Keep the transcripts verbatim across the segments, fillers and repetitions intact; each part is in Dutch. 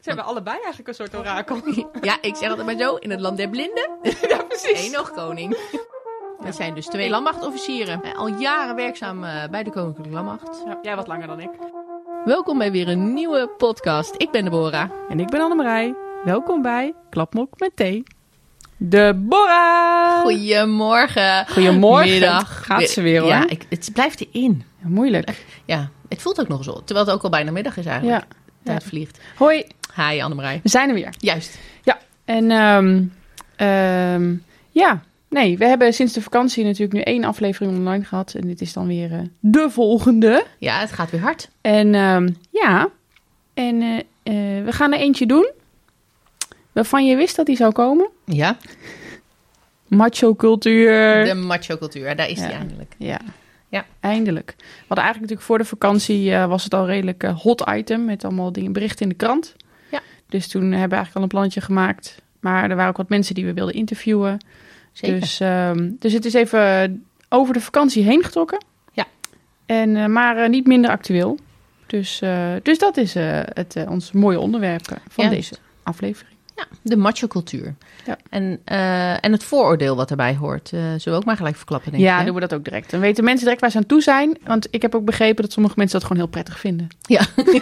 Zijn we allebei eigenlijk een soort orakel? Ja, ik zeg altijd maar zo, in het land der blinden. Ja, precies. Eén nog koning. We zijn dus twee landmachtofficieren. Al jaren werkzaam uh, bij de Koninklijke Landmacht. Ja, jij wat langer dan ik. Welkom bij weer een nieuwe podcast. Ik ben Deborah. En ik ben Annemarij. Welkom bij Klapmok met thee. Deborah! Goedemorgen. Goedemorgen. Middag. Gaat ze weer hoor. Ja, ik, het blijft erin. Ja, moeilijk. Ja, het voelt ook nog zo. Terwijl het ook al bijna middag is eigenlijk. Ja. Tijd Ja. vliegt. Hoi. Hi Annemarij. We zijn er weer. Juist. Ja, en um, um, ja, nee, we hebben sinds de vakantie natuurlijk nu één aflevering online gehad. En dit is dan weer uh, de volgende. Ja, het gaat weer hard. En um, ja, en uh, uh, we gaan er eentje doen waarvan je wist dat die zou komen. Ja. Macho cultuur. De macho cultuur, daar is die Ja. eindelijk. Ja. Ja. Eindelijk. We hadden eigenlijk natuurlijk voor de vakantie uh, was het al redelijk uh, hot item met allemaal dingen, berichten in de krant. Ja. Dus toen hebben we eigenlijk al een plannetje gemaakt. Maar er waren ook wat mensen die we wilden interviewen. Zeker. Dus, um, dus het is even over de vakantie heen getrokken. Ja. En, uh, maar uh, niet minder actueel. Dus, uh, dus dat is uh, het, uh, ons mooie onderwerp uh, van Juist. deze aflevering. Ja, de macho cultuur. Ja. En, uh, en het vooroordeel wat erbij hoort. Uh, zullen we ook maar gelijk verklappen, denk Ja, ik. doen we dat ook direct. Dan weten mensen direct waar ze aan toe zijn. Want ik heb ook begrepen dat sommige mensen dat gewoon heel prettig vinden. Ja.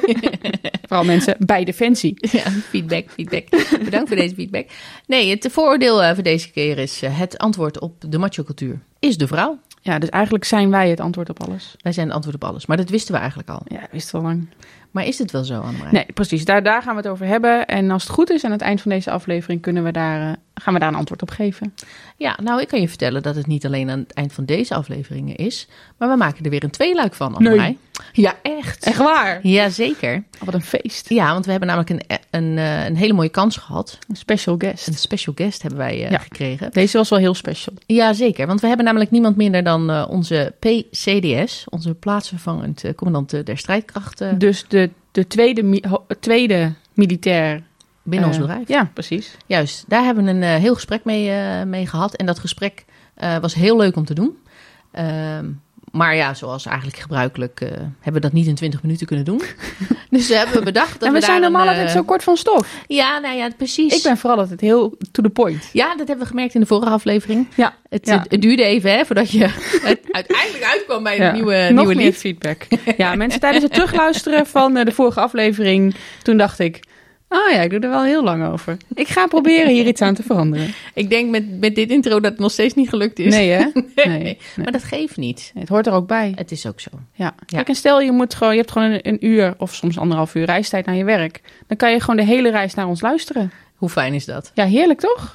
Vooral mensen bij Defensie. Ja, feedback, feedback. Bedankt voor deze feedback. Nee, het vooroordeel uh, voor deze keer is uh, het antwoord op de macho cultuur is de vrouw. Ja, dus eigenlijk zijn wij het antwoord op alles. Wij zijn het antwoord op alles. Maar dat wisten we eigenlijk al. Ja, wist wel lang. Maar is het wel zo, Annemarij? Nee, precies. Daar, daar gaan we het over hebben. En als het goed is, aan het eind van deze aflevering kunnen we daar, uh, gaan we daar een antwoord op geven. Ja, nou, ik kan je vertellen dat het niet alleen aan het eind van deze afleveringen is. Maar we maken er weer een tweeluik van, Annemarij. Nee. Ja, echt. Echt waar? Jazeker. Oh, wat een feest. Ja, want we hebben namelijk een, een, een hele mooie kans gehad. Een special guest. Een special guest hebben wij uh, Ja. gekregen. Deze was wel heel special. Ja, zeker. Want we hebben namelijk niemand minder dan uh, onze P C D S. Onze plaatsvervangend uh, commandant der strijdkrachten Dus de, de tweede, mi- ho- tweede militair... binnen ons uh, bedrijf. Ja, precies. Juist, daar hebben we een uh, heel gesprek mee, uh, mee gehad. En dat gesprek uh, was heel leuk om te doen. Uh, maar ja, zoals eigenlijk gebruikelijk uh, hebben we dat niet in twintig minuten kunnen doen. Dus uh, hebben we bedacht dat en we, we zijn daar normaal een, uh, altijd zo kort van stof. Ja, nou ja, precies. Ik ben vooral altijd heel to the point. Ja, dat hebben we gemerkt in de vorige aflevering. Ja, Het, ja. het, het duurde even hè, voordat je het uiteindelijk uitkwam bij Ja. het nieuwe, Nog nieuwe meer lied. feedback. Ja, mensen tijdens het terugluisteren van uh, de vorige aflevering, toen dacht ik, ah ja, ik doe er wel heel lang over. Ik ga proberen hier iets aan te veranderen. Ik denk met, met dit intro dat het nog steeds niet gelukt is. Nee, hè? Nee, Nee, nee. maar dat geeft niet. Nee, het hoort er ook bij. Het is ook zo. Ja. Kijk, en stel je, moet gewoon, je hebt gewoon een, een uur of soms anderhalf uur reistijd naar je werk. Dan kan je gewoon de hele reis naar ons luisteren. Hoe fijn is dat? Ja, heerlijk toch?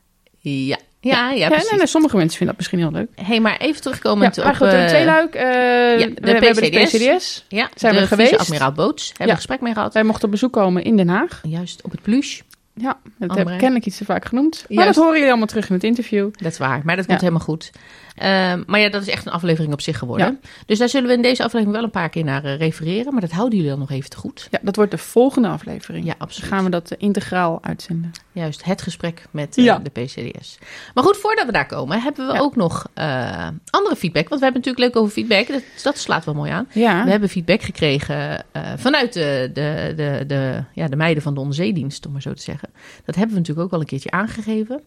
Ja, ja, ja, Ja, precies. nee, nee, sommige mensen vinden dat misschien heel leuk. Hey, maar even terugkomend Ja, maar op... goed, een uh, tweeluik. Uh, de we, we hebben de P C D S. P C D S. Ja, Zijn de we geweest? vice-admiraal Boots. Hebben we Ja. een gesprek mee gehad. Wij mochten op bezoek komen in Den Haag. Juist, op het Pluche. Ja, dat heb Annemarij. ik kennelijk iets te vaak genoemd. Maar Juist. dat horen jullie allemaal terug in het interview. Dat is waar, maar dat Ja. komt helemaal goed. Um, maar ja, dat is echt een aflevering op zich geworden. Ja. Dus daar zullen we in deze aflevering wel een paar keer naar uh, refereren. Maar dat houden jullie dan nog even te goed. Ja, dat wordt de volgende aflevering. Ja, Dan absoluut. gaan we dat uh, integraal uitzenden. Juist, het gesprek met uh, Ja. de P C D S. Maar goed, voordat we daar komen, hebben we Ja. ook nog uh, andere feedback. Want we hebben natuurlijk leuk over feedback. Dat, dat slaat wel mooi aan. Ja, We hebben feedback gekregen uh, vanuit de, de, de, de, ja, de meiden van de onderzeedienst, om maar zo te zeggen. Dat hebben we natuurlijk ook al een keertje aangegeven.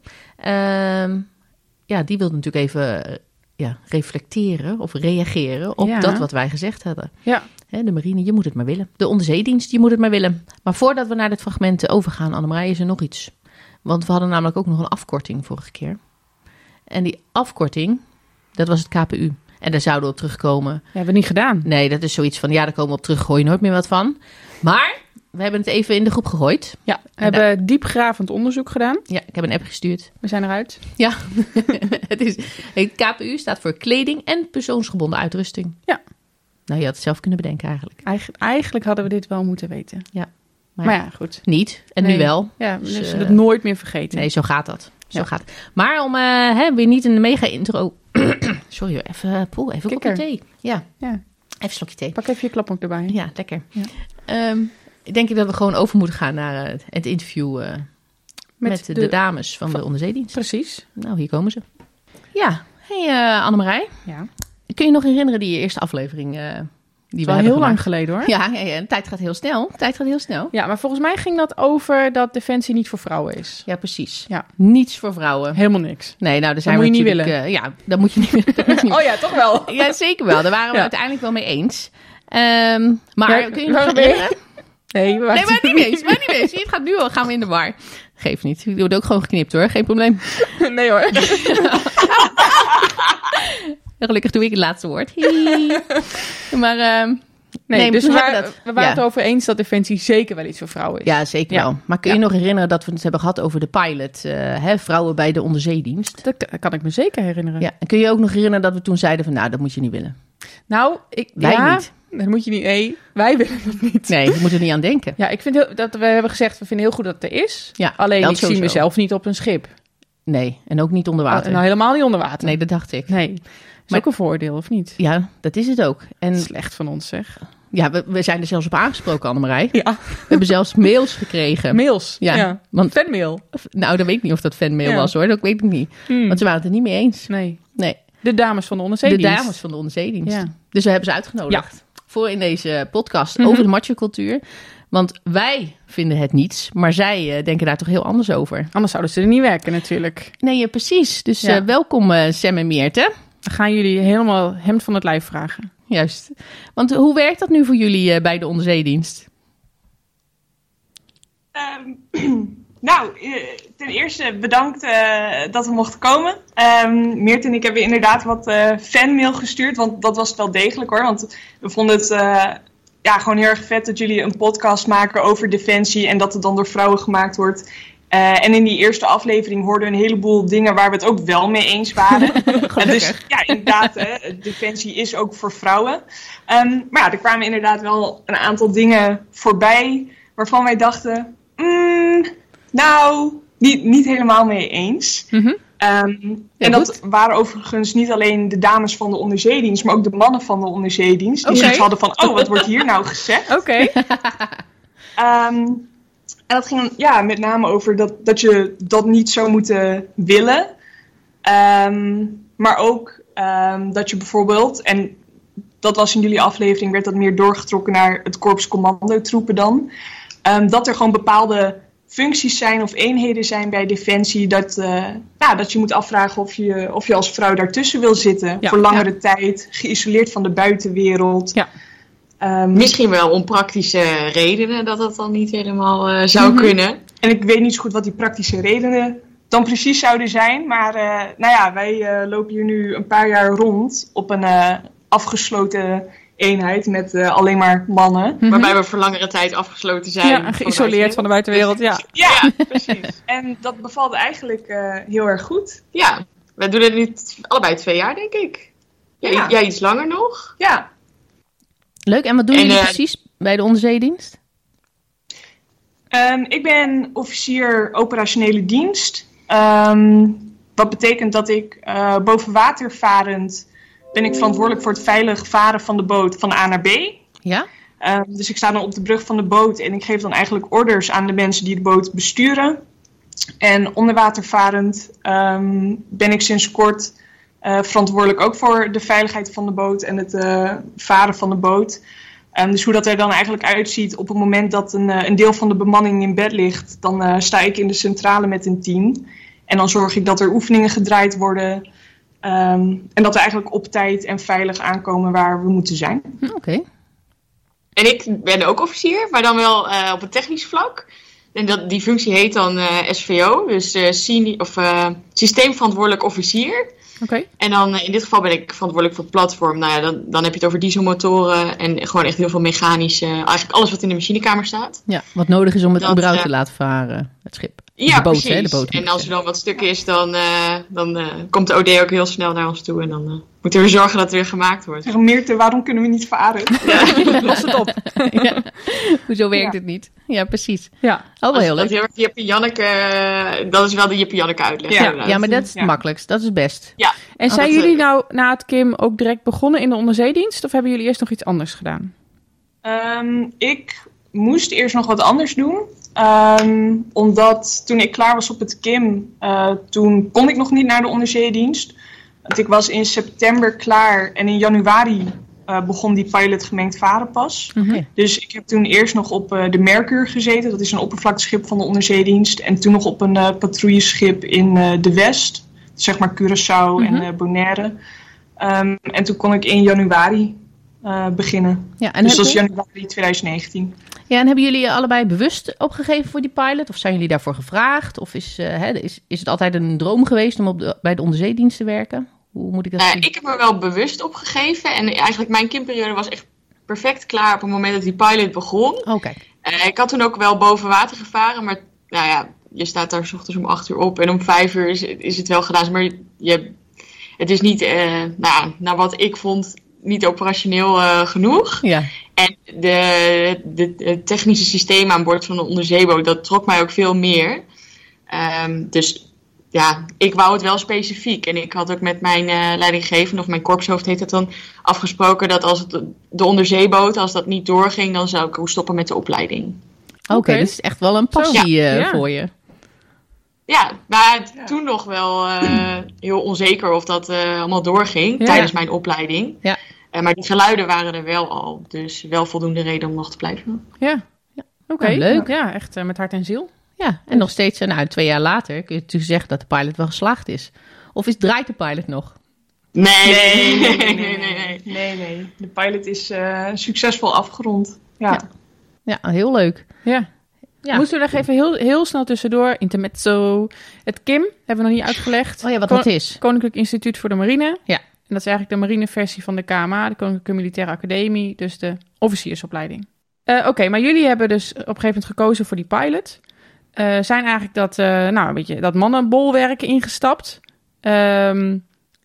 Uh, ja, die wilden natuurlijk even uh, ja, reflecteren of reageren op Ja. dat wat wij gezegd hadden. ja. Hè, de marine, je moet het maar willen. De onderzeedienst, je moet het maar willen. Maar voordat we naar dit fragment overgaan, Annemarij, is er nog iets. Want we hadden namelijk ook nog een afkorting vorige keer. En die afkorting, dat was het K P U. En daar zouden we op terugkomen. Dat hebben we niet gedaan. Nee, dat is zoiets van, ja, daar komen we op terug, gooi je nooit meer wat van. Maar we hebben het even in de groep gegooid. Ja, we En hebben diepgravend onderzoek gedaan. Ja, ik heb een app gestuurd. We zijn eruit. Ja, het, is, het K P U staat voor kleding en persoonsgebonden uitrusting. Ja. Nou, je had het zelf kunnen bedenken eigenlijk. Eigen, eigenlijk hadden we dit wel moeten weten. Ja. Maar, Maar, ja, goed. niet. En Nee. nu wel. Ja, we Dus, zullen uh, het nooit meer vergeten. Nee, zo gaat dat. Zo Ja. gaat het. Maar om uh, hè, weer niet een mega intro... Sorry hoor, even, poeh, even een kopje Kikker. thee. Ja, Ja. even een slokje thee. Pak even je klapmok erbij. Ja, lekker. Ja. Um, ik denk dat we gewoon over moeten gaan naar uh, het interview uh, met, met de, de dames van, van de onderzeedienst. Precies. Nou, hier komen ze. Ja, hey uh, Annemarij. Ja. Kun je nog herinneren die eerste aflevering uh, Die wel we heel hebben lang gemaakt. geleden hoor. Ja, ja, ja, de tijd gaat heel snel. De tijd gaat heel snel. Ja, maar volgens mij ging dat over dat Defensie niet voor vrouwen is. Ja, precies. Ja. Niets voor vrouwen. Helemaal niks. Nee, nou, daar zijn moet we je niet natuurlijk... willen. Uh, ja, dat moet je niet willen. Dat moet je niet Oh ja, toch wel. Ja, zeker wel. Daar waren we Ja. uiteindelijk wel mee eens. Um, maar Ja, kun je nog waar herinneren? Nee, we Nee, maar niet eens. Maar niet eens. Het gaat nu al, gaan we in de war. Geef niet. Die wordt ook gewoon geknipt hoor. Geen probleem. Nee hoor. Gelukkig doe ik het laatste woord. maar... Um, Nee, Nee, dus toen we, hebben waren, we dat- we waren ja. het over eens dat Defensie zeker wel iets voor vrouwen is. Ja, zeker Ja. wel. Maar kun je Ja. nog herinneren dat we het hebben gehad over de pilot, uh, hè, vrouwen bij de onderzeedienst? Dat dat kan ik me zeker herinneren. Ja. En kun je ook nog herinneren dat we toen zeiden van, nou, dat moet je niet willen. Nou, ik, Wij ja, niet. Dat moet je niet. Nee, wij willen dat niet. Nee, je moet er niet aan denken. Ja, ik vind heel, dat we hebben gezegd, we vinden heel goed dat het er is. Ja, Alleen dat ik zie sowieso. mezelf niet op een schip. Nee, en ook niet onder water. Nou, helemaal niet onder water. Nee, dat dacht ik. Nee. Is Maar- ook een voordeel, of niet? Ja, dat is het ook. En Slecht van ons, zeg. ja, we, we zijn er zelfs op aangesproken, Annemarij. Ja. We hebben zelfs mails gekregen. Mails. Ja, Ja. want Fanmail. nou, dat weet ik niet of dat fanmail Ja. was hoor. Dat weet ik niet. Hmm. Want ze waren het er niet mee eens. Nee. Nee, De dames van de de onderzeedienst. dames van de onderzeedienst. Ja. Dus we hebben ze uitgenodigd voor in deze podcast Mhm. over de macho-cultuur. Want wij vinden het niets, maar zij uh, denken daar toch heel anders over. Anders zouden ze er niet werken natuurlijk. Nee, ja, precies. Dus Ja. uh, welkom uh, Sam en Meerte. Dan gaan jullie helemaal hemd van het lijf vragen. Juist. Want uh, hoe werkt dat nu voor jullie uh, bij de onderzeedienst? Um, nou, uh, ten eerste bedankt uh, dat we mochten komen. Um, Meert en ik hebben inderdaad wat uh, fanmail gestuurd, want dat was wel degelijk hoor. Want we vonden het uh, ja, gewoon heel erg vet dat jullie een podcast maken over Defensie en dat het dan door vrouwen gemaakt wordt. Uh, en in die eerste aflevering hoorden we een heleboel dingen waar we het ook wel mee eens waren. uh, dus ja, inderdaad, hè, Defensie is ook voor vrouwen. Um, maar ja, er kwamen inderdaad wel een aantal dingen voorbij waarvan wij dachten, mm, nou, niet, niet helemaal mee eens. Mm-hmm. Um, Ja, en dat goed. waren overigens niet alleen de dames van de onderzeedienst, maar ook de mannen van de onderzeedienst. Die Oké. zoiets hadden van, oh, wat wordt hier nou gezegd? Oké. Um, en dat ging ja, met name over dat, dat je dat niet zou moeten willen. Um, maar ook um, dat je bijvoorbeeld, en dat was in jullie aflevering, werd dat meer doorgetrokken naar het korps commandotroepen dan. Um, dat er gewoon bepaalde functies zijn of eenheden zijn bij Defensie. Dat, uh, nou, dat je moet afvragen of je, of je als vrouw daartussen wil zitten. Ja, voor langere tijd, geïsoleerd van de buitenwereld. Ja. Um, Misschien wel om praktische redenen dat dat dan niet helemaal uh, zou Mhm. kunnen. En ik weet niet zo goed wat die praktische redenen dan precies zouden zijn. Maar uh, nou ja, wij uh, lopen hier nu een paar jaar rond op een uh, afgesloten eenheid met uh, alleen maar mannen. Mhm. Waarbij we voor langere tijd afgesloten zijn. Ja, geïsoleerd van de buitenwereld. Ja. Ja, precies. En dat bevalt eigenlijk uh, heel erg goed. Ja, we doen het nu t- allebei twee jaar, denk ik. Jij, Ja. jij iets langer nog. Ja. Leuk. En wat doen En, jullie uh, precies bij de onderzeedienst? Um, ik ben officier operationele dienst. Um, wat betekent dat ik uh, boven water varend ben ik verantwoordelijk voor het veilig varen van de boot van A naar B. Ja? Um, dus ik sta dan op de brug van de boot en ik geef dan eigenlijk orders aan de mensen die de boot besturen. En onderwatervarend um, ben ik sinds kort uh, verantwoordelijk ook voor de veiligheid van de boot en het uh, varen van de boot. Um, dus hoe dat er dan eigenlijk uitziet op het moment dat een, uh, een deel van de bemanning in bed ligt, dan uh, sta ik in de centrale met een team. En dan zorg ik dat er oefeningen gedraaid worden um, en dat we eigenlijk op tijd en veilig aankomen waar we moeten zijn. Hm, Oké. Okay. En ik ben ook officier, maar dan wel uh, op het technisch vlak. En dat, die functie heet dan uh, S V O, dus uh, senior, of, uh, systeemverantwoordelijk officier. Oké. Okay. En dan uh, in dit geval ben ik verantwoordelijk voor het platform. Nou ja, dan, dan heb je het over dieselmotoren en gewoon echt heel veel mechanisch. Uh, eigenlijk alles wat in de machinekamer staat. Ja, wat nodig is om het Dat, überhaupt uh, te laten varen, het schip. Ja, de boot, precies. Hè, de boot en als er dan wat stuk is, dan, uh, dan uh, komt de O D ook heel snel naar ons toe. En dan uh, moeten we zorgen dat het weer gemaakt wordt. Zeg, Meerte, waarom kunnen we niet varen? Ja. Los het op. Ja. Hoezo werkt Ja. het niet? Ja, precies. Ja. Oh, wel heel Dat, leuk. dat Jippe Janneke, uh, dat is wel de Jippe Janneke uitleg. Ja. inderdaad. Ja, maar dat is het Ja. makkelijkst. Dat is best. Ja. En Oh, zijn dat, jullie uh, nou na het Kim ook direct begonnen in de onderzeedienst? Of hebben jullie eerst nog iets anders gedaan? Um, ik moest eerst nog wat anders doen. Um, omdat toen ik klaar was op het Kim, uh, toen kon ik nog niet naar de onderzeedienst. Want ik was in september klaar en in januari uh, begon die pilot gemengd varen pas. Okay. Dus ik heb toen eerst nog op uh, de Mercure gezeten. Dat is een oppervlakteschip van de onderzeedienst. En toen nog op een uh, patrouilleschip in uh, de West. Zeg maar Curaçao mm-hmm. en uh, Bonaire. Um, en toen kon ik in januari uh, beginnen. Ja, en dus dat is januari twintig negentien. Ja, en hebben jullie je allebei bewust opgegeven voor die pilot? Of zijn jullie daarvoor gevraagd? Of is, uh, hè, is, is het altijd een droom geweest om op de, bij de onderzeedienst te werken? Hoe moet ik dat uh, zien? Ik heb me wel bewust opgegeven. En eigenlijk mijn kindperiode was echt perfect klaar op het moment dat die pilot begon. Oh, kijk. Uh, ik had toen ook wel boven water gevaren. Maar nou ja, je staat daar 's ochtends om acht uur op. En om vijf uur is, is het wel gedaan. Maar je, het is niet, uh, nou, naar wat ik vond, niet operationeel uh, genoeg. Ja. En de, de, de technische systemen aan boord van de onderzeeboot, dat trok mij ook veel meer. Um, dus ja, ik wou het wel specifiek. En ik had ook met mijn uh, leidinggevende, of mijn korpshoofd heet het dan, afgesproken dat als het, de onderzeeboot, als dat niet doorging, dan zou ik ook stoppen met de opleiding. Oké, okay, dus het is echt wel een passie ja. uh, ja. voor je. Ja, maar ja. toen nog wel uh, heel onzeker of dat uh, allemaal doorging ja. tijdens mijn opleiding. Ja. Uh, maar die geluiden waren er wel al, dus wel voldoende reden om nog te blijven. Ja, ja. oké. Okay. Ja, leuk. Ja, echt uh, met hart en ziel. Ja, en dus. nog steeds, nou, twee jaar later kun je natuurlijk zeggen dat de pilot wel geslaagd is. Of is, draait de pilot nog? Nee, nee, nee, nee, nee, nee. nee, nee. De pilot is uh, succesvol afgerond. Ja. Ja, ja heel leuk. Ja. Ja. Moesten we nog even heel, heel snel tussendoor. Intermezzo. Het K I M hebben we nog niet uitgelegd. Oh ja, wat Kon- dat is. Koninklijk Instituut voor de Marine. Ja. En dat is eigenlijk de marineversie van de K M A, de Koninklijke Militaire Academie, dus de officiersopleiding. Uh, Oké, okay, maar jullie hebben dus op een gegeven moment gekozen voor die pilot. Uh, zijn eigenlijk dat, uh, nou, een beetje dat mannenbolwerk ingestapt. Um,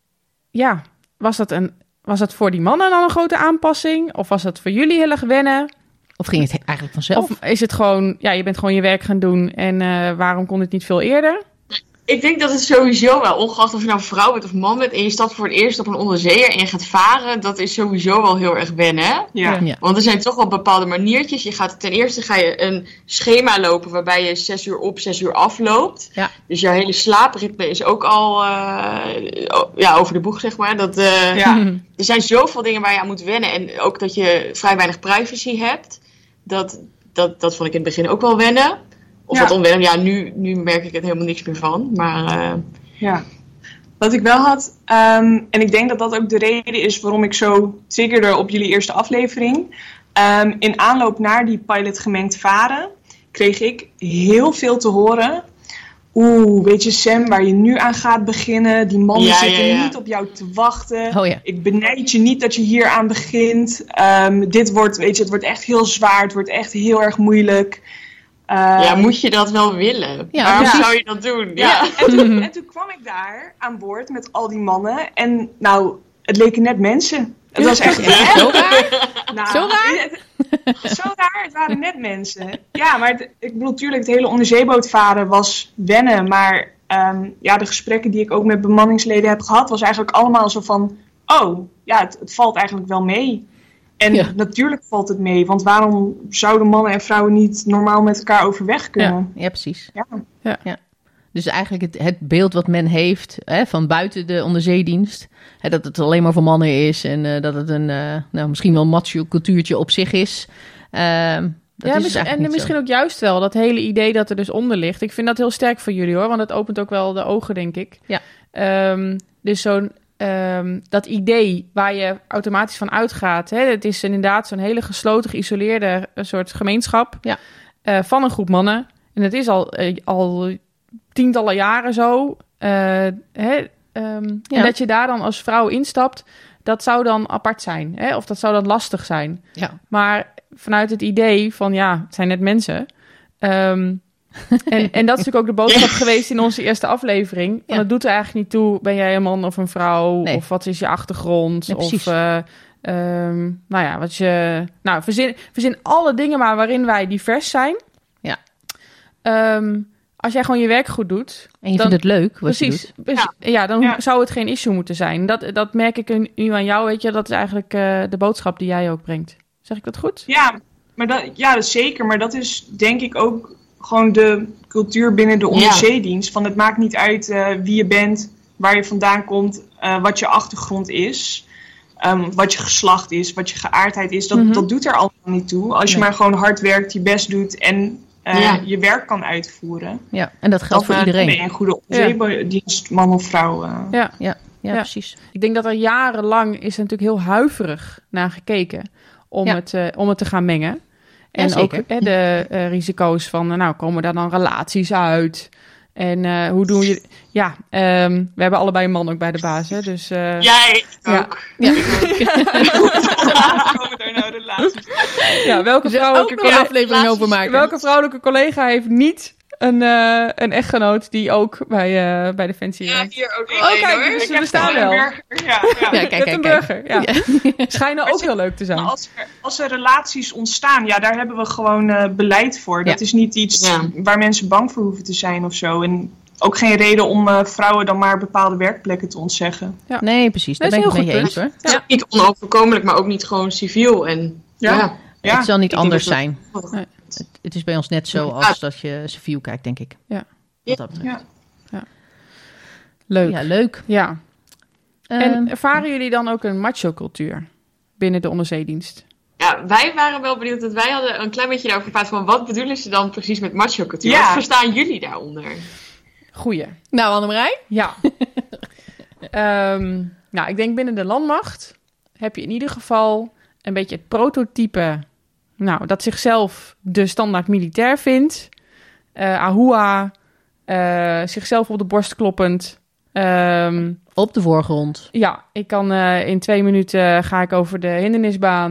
ja, was dat, een, was dat voor die mannen dan een grote aanpassing? Of was dat voor jullie heel erg wennen? Of ging het eigenlijk vanzelf? Of is het gewoon, ja, je bent gewoon je werk gaan doen en uh, waarom kon het niet veel eerder? Ik denk dat het sowieso wel, ongeacht of je nou vrouw bent of man bent en je stapt voor het eerst op een onderzeeër en je gaat varen, dat is sowieso wel heel erg wennen. Hè? Ja. Ja. Want er zijn toch wel bepaalde maniertjes. Je gaat, ten eerste ga je een schema lopen waarbij je zes uur op, zes uur afloopt. Ja. Dus jouw hele slaapritme is ook al uh, ja, over de boeg, zeg maar. Dat, uh, ja. Er zijn zoveel dingen waar je aan moet wennen en ook dat je vrij weinig privacy hebt. Dat, dat, dat vond ik in het begin ook wel wennen. Of ja. wat onwennig. Ja, nu, nu merk ik er helemaal niks meer van. Maar uh... ja. Wat ik wel had, um, en ik denk dat dat ook de reden is waarom ik zo triggerde op jullie eerste aflevering. Um, in aanloop naar die pilot gemengd varen kreeg ik heel veel te horen. Oeh, weet je Sam, waar je nu aan gaat beginnen. Die mannen ja, zitten ja, ja. niet op jou te wachten. Oh, ja. Ik benijd je niet dat je hier aan begint. Um, dit wordt, weet je, het wordt echt heel zwaar. Het wordt echt heel erg moeilijk. Uh, ja, moet je dat wel willen? Ja, Waarom ja. zou je dat doen? Ja. Ja. En, toen, en toen kwam ik daar aan boord met al die mannen. En nou, het leken net mensen. Het was echt... Ja, zo raar? Nou, zo raar? Het, zo raar, het waren net mensen. Ja, maar het, ik bedoel, natuurlijk, het hele onderzeebootvaren was wennen. Maar um, ja, de gesprekken die ik ook met bemanningsleden heb gehad, was eigenlijk allemaal zo van... Oh, ja, het, het valt eigenlijk wel mee. En ja. natuurlijk valt het mee, want waarom zouden mannen en vrouwen niet normaal met elkaar overweg kunnen? Ja, ja precies. Ja. Ja. Ja. Dus eigenlijk het, het beeld wat men heeft hè, van buiten de onderzeedienst, hè, dat het alleen maar voor mannen is en uh, dat het een uh, nou, misschien wel macho cultuurtje op zich is. Uh, dat ja, is misschien, en misschien zo. ook juist wel dat hele idee dat er dus onder ligt. Ik vind dat heel sterk voor jullie hoor, want het opent ook wel de ogen, denk ik. Ja. Um, dus zo'n Um, dat idee waar je automatisch van uitgaat. Hè, het is inderdaad zo'n hele gesloten, geïsoleerde een soort gemeenschap ja. uh, van een groep mannen. En het is al, uh, al tientallen jaren zo. Uh, hè, um, ja. En dat je daar dan als vrouw instapt, dat zou dan apart zijn. Hè? Of dat zou dan lastig zijn. Ja. Maar vanuit het idee van ja, het zijn net mensen... Um, en, en dat is natuurlijk ook de boodschap geweest in onze eerste aflevering. Ja. Het doet er eigenlijk niet toe, ben jij een man of een vrouw? Nee. Of wat is je achtergrond? Ja, of, uh, um, nou ja, wat je... Nou, verzin, verzin alle dingen maar waarin wij divers zijn. Ja. Um, als jij gewoon je werk goed doet... En je dan, vindt het leuk wat precies, je doet. Precies, ja. ja, dan ja. zou het geen issue moeten zijn. Dat, dat merk ik nu aan jou, weet je. Dat is eigenlijk uh, de boodschap die jij ook brengt. Zeg ik dat goed? Ja, maar dat, ja, dat zeker. Maar dat is denk ik ook... gewoon de cultuur binnen de onderzeedienst. Ja. Van het maakt niet uit uh, wie je bent, waar je vandaan komt, uh, wat je achtergrond is. um, wat je geslacht is, wat je geaardheid is. Dat, Mhm. dat doet er allemaal niet toe. Als je Nee. maar gewoon hard werkt, je best doet en uh, Ja. je werk kan uitvoeren. Ja, en dat geldt voor Dan, uh, iedereen. ben je een goede onderzeedienst, man of vrouw. Uh. Ja. Ja, ja, Ja. precies. Ik denk dat er jarenlang is er natuurlijk heel huiverig naar gekeken om, Ja. het, uh, om het te gaan mengen. En Ja, ook zeker. hè, de uh, risico's van, uh, nou, komen daar dan relaties uit? En uh, hoe doe je... Ja, um, we hebben allebei een man ook bij de baas, hè? Dus, uh, Jij Ja. ook. Ja. Komen daar nou relaties? ja, welke Dus er ook vrouwelijke, nog een collega, aflevering over maken. welke vrouwelijke collega heeft niet een, uh, een echtgenoot die ook bij, uh, bij Defensie Ja, werkt? hier ook wel Oh, een, kijk, hoor. dus Ik we heb bestaan gewoon wel. een burger. Ja, ja. Ja, kijk, Met kijk, een kijk. burger, ja. Schijnen ook heel leuk te zijn. Maar als er, als er relaties ontstaan, ja, daar hebben we gewoon uh, beleid voor. Dat Ja. is niet iets Ja. waar mensen bang voor hoeven te zijn of zo. En ook geen reden om uh, vrouwen dan maar bepaalde werkplekken te ontzeggen. Nee, precies. Daar Dat ben is ik het een mee heel eens goed hoor. Het is niet onoverkomelijk, maar ook niet gewoon civiel. En, Ja. ja. Ja. Het zal niet Ik denk anders dat we- zijn. Nee. Het, het is bij ons net zo als dat je civiel kijkt, denk ik. Ja. Wat dat betreft. Ja. Leuk. Ja, leuk. Ja. Ehm, En ervaren jullie dan ook een macho-cultuur binnen de onderzeedienst? Ja, wij waren wel benieuwd, dat wij hadden een klein beetje daarover gepraat van wat bedoelen ze dan precies met macho-cultuur? Ja. Wat verstaan jullie daaronder? Goeie. nou, Annemarij? Ja. Ehm, nou, ik denk binnen de landmacht heb je in ieder geval een beetje het prototype, nou, dat zichzelf de standaard militair vindt. Uh, Ahua, uh, zichzelf op de borst kloppend. Ehm, Op de voorgrond. ja, ik kan uh, in twee minuten ga ik over de hindernisbaan.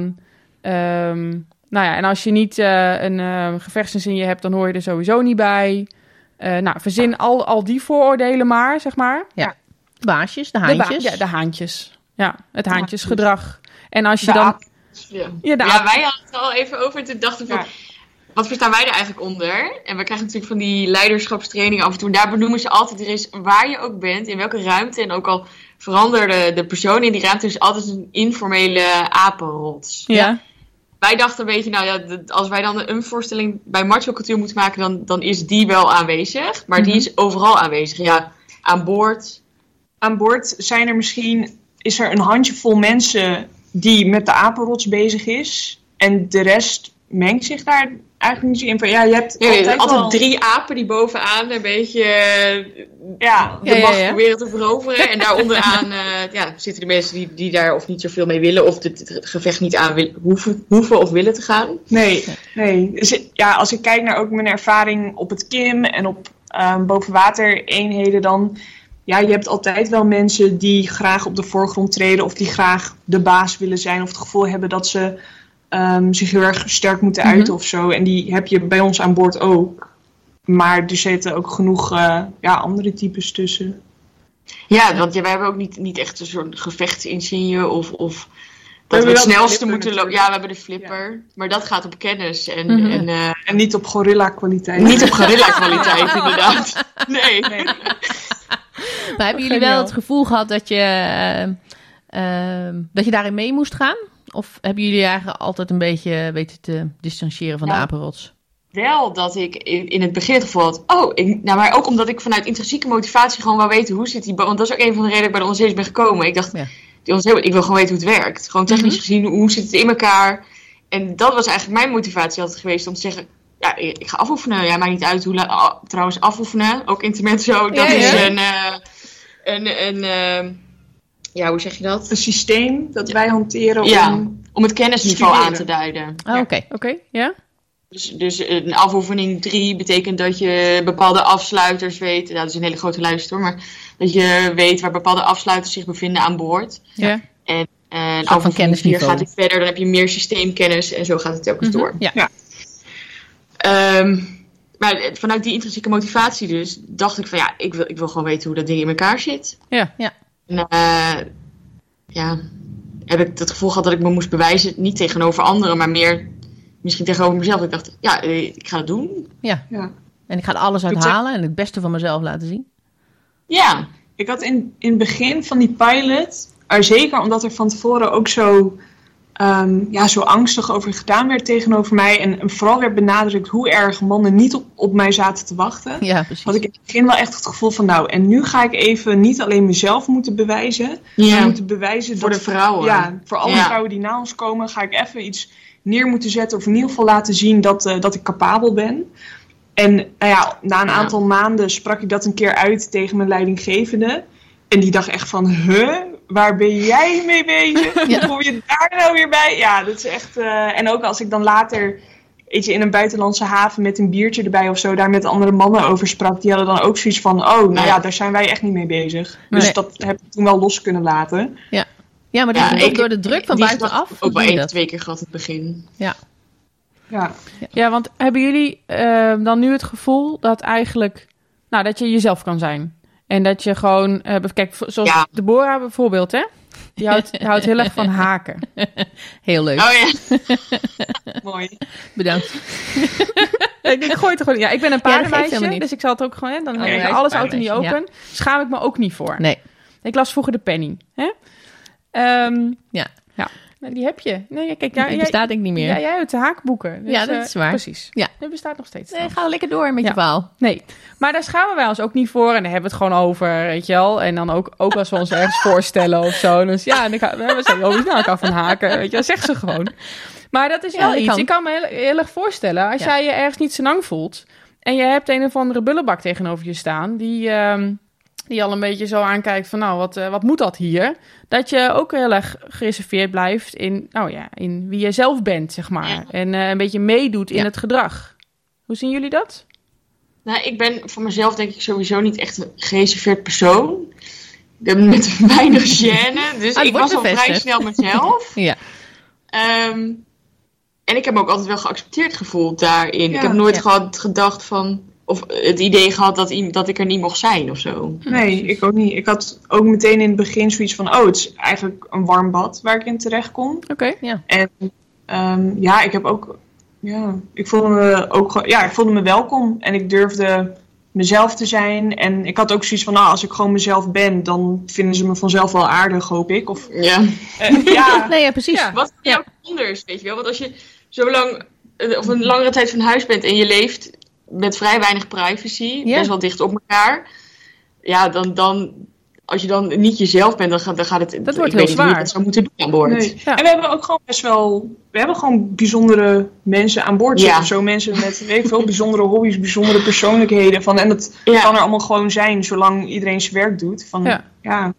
Um, nou ja, en als je niet uh, een uh, gevechtsinsigne hebt, dan hoor je er sowieso niet bij. Uh, nou, verzin al, al die vooroordelen maar, zeg maar. De baasjes, de De haantjes. ba- ja, de haantjes. Ja, het haantjesgedrag. En als je De dan... aap. Ja, Ja, de ja aap- wij hadden het er al even over. Toen dachten we van, Ja. wat verstaan wij er eigenlijk onder? En we krijgen natuurlijk van die leiderschapstrainingen af en toe. En daar benoemen ze altijd, er is waar je ook bent, in welke ruimte. En ook al veranderde de persoon in die ruimte, is altijd een informele apenrots. Ja. Wij dachten een beetje, nou ja, dat als wij dan een voorstelling bij macho cultuur moeten maken, dan, dan is die wel aanwezig. Maar die is overal aanwezig. Ja, aan boord. Aan boord zijn er misschien, is er een handjevol mensen die met de apenrots bezig is. En de rest mengt zich daar eigenlijk niet zo in. Van, ja, je hebt Ja, altijd, altijd wel- drie apen die bovenaan een beetje eh, Ja, de Ja, ja, macht ja. proberen te veroveren. En daaronderaan uh, ja, zitten de mensen die, die daar of niet zoveel mee willen. Of het, het gevecht niet aan wil, hoeven, hoeven of willen te gaan. nee, nee. Dus, ja, als ik kijk naar ook mijn ervaring op het K I M en op um, bovenwatereenheden, dan... Ja, je hebt altijd wel mensen die graag op de voorgrond treden of die graag de baas willen zijn of het gevoel hebben dat ze um, zich heel erg sterk moeten Mhm. uiten of zo. En die heb je bij ons aan boord ook. Maar er zitten ook genoeg uh, ja, andere types tussen. Ja, want ja, wij hebben ook niet, niet echt een soort gevechtsinsigne of, of dat we, hebben het wel de snelste flipper moeten lopen. natuurlijk. Ja, we hebben de flipper. Maar dat gaat op kennis en, Mhm. en uh, En niet op gorilla kwaliteit. niet op gorilla kwaliteit inderdaad. Nee. Nee. Maar hebben jullie wel het gevoel gehad dat je, uh, uh, dat je daarin mee moest gaan? Of hebben jullie eigenlijk altijd een beetje weten te distancieren van Ja. de apenrots? Wel dat ik in, in het begin het gevoel had, oh, ik, nou, maar ook omdat ik vanuit intrinsieke motivatie gewoon wou weten hoe zit die, want dat is ook een van de redenen dat ik bij de onderzeeërs ben gekomen. Ik dacht, Ja. die onderzeeër, ik wil gewoon weten hoe het werkt. Gewoon technisch Mhm. gezien, hoe zit het in elkaar? En dat was eigenlijk mijn motivatie altijd geweest om te zeggen, ja, ik ik ga afoefenen. Ja, maakt niet uit hoe la- ah, trouwens afoefenen, ook intermezzo, dat Ja, is ja. een, uh, een, een uh, ja, hoe zeg je dat? Een systeem dat wij hanteren Ja. om... Om het kennisniveau Studeren. aan te duiden. Oh, Oké. Oké, ja? Dus, dus een afoefening drie betekent dat je bepaalde afsluiters weet. Nou, dat is een hele grote lijst hoor. Maar dat je weet waar bepaalde afsluiters zich bevinden aan boord. Ja. En uh, een Soort van afoefening vier kennisniveau. gaat het verder. Dan heb je meer systeemkennis. En zo gaat het telkens Mhm, door. ja. Ja. Um, maar vanuit die intrinsieke motivatie dus. Dacht ik van ja, ik wil, ik wil gewoon weten hoe dat ding in elkaar zit. Ja. Ja. En uh, ja, heb ik het gevoel gehad dat ik me moest bewijzen. Niet tegenover anderen, maar meer... Misschien tegenover mezelf. Ik dacht, ja, ik ga het doen. Ja. Ja. En ik ga er alles Dat uithalen en het beste van mezelf laten zien. Ja. Ik had in, in het begin van die pilot, er zeker omdat er van tevoren ook zo um, ja, zo angstig over gedaan werd tegenover mij. En, en vooral werd benadrukt hoe erg mannen niet op, op mij zaten te wachten. Ja, precies. Had ik in het begin wel echt het gevoel van, nou, en nu ga ik even niet alleen mezelf moeten bewijzen. Ja. Maar moeten bewijzen Voor dat, de vrouwen. Ja, voor alle Ja. vrouwen die na ons komen, ga ik even iets neer moeten zetten. Of in ieder geval laten zien dat, uh, dat ik capabel ben. En nou ja, na een Ja. aantal maanden sprak ik dat een keer uit tegen mijn leidinggevende. En die dacht echt van, huh, waar ben jij mee bezig? Ja. Hoe kom je daar nou weer bij? Ja, dat is echt... Uh, en ook als ik dan later, weet je, in een buitenlandse haven met een biertje erbij of zo, daar met andere mannen over sprak, die hadden dan ook zoiets van, oh, nou ja, Ja. daar zijn wij echt niet mee bezig. Dus Nee. dat heb ik toen wel los kunnen laten. Ja, ja maar dit Ja, komt ook ik- door de druk van Die buitenaf. gedachte heb ik ook Hoe wel doe je één, dat? twee keer gehad in het begin. Ja. Ja. Ja, want hebben jullie uh, dan nu het gevoel dat eigenlijk, nou, dat je jezelf kan zijn? En dat je gewoon, uh, kijk, zoals Ja. Deborah bijvoorbeeld, hè? Die houdt, die houdt heel erg van haken. Heel leuk. Oh ja. Mooi. Bedankt. ik, ik gooi het er gewoon. Ja, ik ben een Ja, dat geeft paardenmeisje, helemaal niet. dus ik zal het ook gewoon, hè, dan Oh, heb ja, ik jij is alles een out in die paardenmeisje, open. Schaam ik me ook niet voor. Nee. Ik las vroeger de Penny, hè? Um, Ja. Ja, nou, die heb je. Nee, kijk, ja, Die jij, bestaat denk ik niet meer. ja, jij uit de haakboeken. Dus, Ja, dat uh, is waar. Precies. Ja. Die bestaat nog steeds. Nee, ga lekker door met Ja. je verhaal. Nee, maar daar schamen wij ons ook niet voor. En daar hebben we het gewoon over, weet je wel. En dan ook, ook als we ons ergens voorstellen of zo. Dus ja, en dan gaan we zeggen, oh, nou, ik kan van haken. Weet je, dat zegt ze gewoon. Maar dat is Ja, wel dat iets. kan. Ik kan me heel, heel erg voorstellen, als Ja. jij je ergens niet senang voelt en je hebt een of andere bullebak tegenover je staan, die, um, die al een beetje zo aankijkt van, nou, wat, uh, wat moet dat hier? Dat je ook heel erg gereserveerd blijft in, nou ja, in wie je zelf bent, zeg maar. Ja. En uh, een beetje meedoet in Ja. het gedrag. Hoe zien jullie dat? Nou, ik ben voor mezelf denk ik sowieso niet echt een gereserveerd persoon. Ik ben met weinig gêne. Dus Ah, dat ik was wordt al vrij bevestigd. snel mezelf. Ja. Um, en ik heb me ook altijd wel geaccepteerd gevoeld daarin. Ja, ik heb nooit ja. gehad, gedacht van, of het idee gehad dat, i- dat ik er niet mocht zijn of zo. Nee, ik ook niet. Ik had ook meteen in het begin zoiets van, oh, het is eigenlijk een warm bad waar ik in terecht kom. Oké. En um, ja, ik heb ook, ja, ik voelde me ook, gewoon- ja, ik voelde me welkom en ik durfde mezelf te zijn. En ik had ook zoiets van, nou, als ik gewoon mezelf ben, dan vinden ze me vanzelf wel aardig, hoop ik. Of, Ja. uh, ja, Nee, ja, precies. Ja. Wat voor jou anders, weet je wel? Want als je zo lang, eh, of een langere tijd van huis bent en je leeft met vrij weinig privacy, Ja. best wel dicht op elkaar, ja, dan, dan als je dan niet jezelf bent, dan gaat, dan gaat het... Dat wordt ik heel weet niet hoe je zwaar. dat zou moeten doen aan boord. nee. Ja. En we hebben ook gewoon best wel, we hebben gewoon bijzondere mensen aan boord Ja. zitten. Zo mensen met, weet ik veel, bijzondere hobby's, bijzondere persoonlijkheden. Van, en dat Ja. kan er allemaal gewoon zijn, zolang iedereen zijn werk doet. Van, Ja. ja.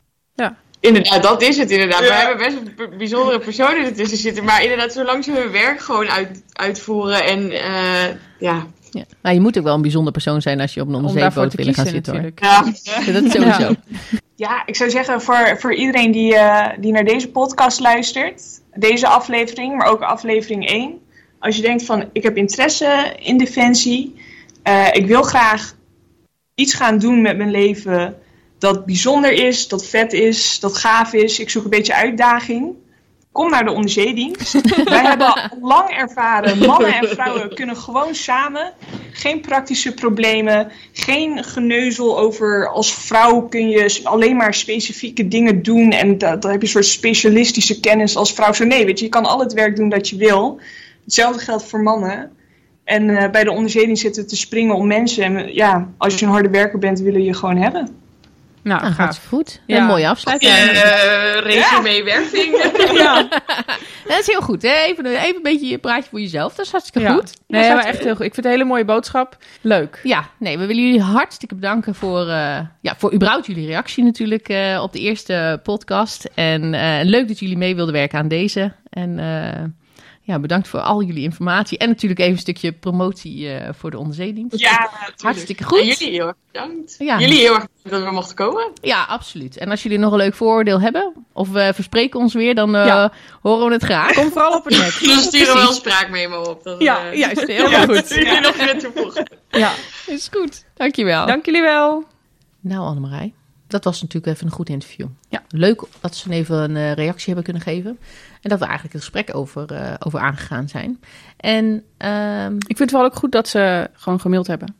Inderdaad, dat is het inderdaad. Ja. We hebben best wel b- bijzondere personen ertussen zitten. Maar inderdaad, zolang ze hun werk gewoon uit, uitvoeren en uh, ja. Ja. Maar je moet ook wel een bijzonder persoon zijn als je op een Om daarvoor onderzeeboot te willen gaan kiezen zitten. Hoor. natuurlijk. ja. Ja, dat is sowieso. Ja, ik zou zeggen voor, voor iedereen die, uh, die naar deze podcast luistert, deze aflevering, maar ook aflevering één. Als je denkt van, ik heb interesse in Defensie, uh, ik wil graag iets gaan doen met mijn leven dat bijzonder is, dat vet is, dat gaaf is. Ik zoek een beetje uitdaging. Kom naar de onderzeedienst. Wij hebben al lang ervaren, mannen en vrouwen kunnen gewoon samen. Geen praktische problemen, geen geneuzel over als vrouw kun je alleen maar specifieke dingen doen. En dan heb je een soort specialistische kennis als vrouw. Zo nee, weet je, je kan al het werk doen dat je wil. Hetzelfde geldt voor mannen. En uh, bij de onderzeedienst zitten we te springen om mensen. En ja, als je een harde werker bent, willen we je gewoon hebben. Nou, Nou, gaat gaaf. goed. Ja. Een mooie afsluiting. Uh, resume werving. Ja. Dat is heel goed. Hè? Even, even een beetje je praatje voor jezelf. Dat is hartstikke Ja. goed. Nee, Dat maar is echt heel goed. Ik vind het een hele mooie boodschap. Leuk. Ja, nee, we willen jullie hartstikke bedanken voor, uh, ja, voor überhaupt jullie reactie natuurlijk uh, op de eerste podcast. En uh, leuk dat jullie mee wilden werken aan deze. En uh, ja, bedankt voor al jullie informatie. En natuurlijk even een stukje promotie uh, voor de onderzeedienst. Ja, natuurlijk. Hartstikke goed. En jullie heel erg bedankt. Ja. Jullie heel erg bedankt dat we mochten komen. Ja, absoluut. En als jullie nog een leuk vooroordeel hebben, of we verspreken ons weer, dan uh, Ja. horen we het graag. Kom vooral op het net. Dan sturen we wel een spraakmemo op. Dan, Ja, uh, juist. Heel Ja. goed. Jullie ja. nog weer toevoegen. Ja. Is goed. Dankjewel. Dank jullie wel. Nou, Annemarij, dat was natuurlijk even een goed interview. Ja. Leuk dat ze even een uh, reactie hebben kunnen geven. En dat we eigenlijk het gesprek over, uh, over aangegaan zijn. En um, Ik vind het wel ook goed dat ze gewoon gemaild hebben.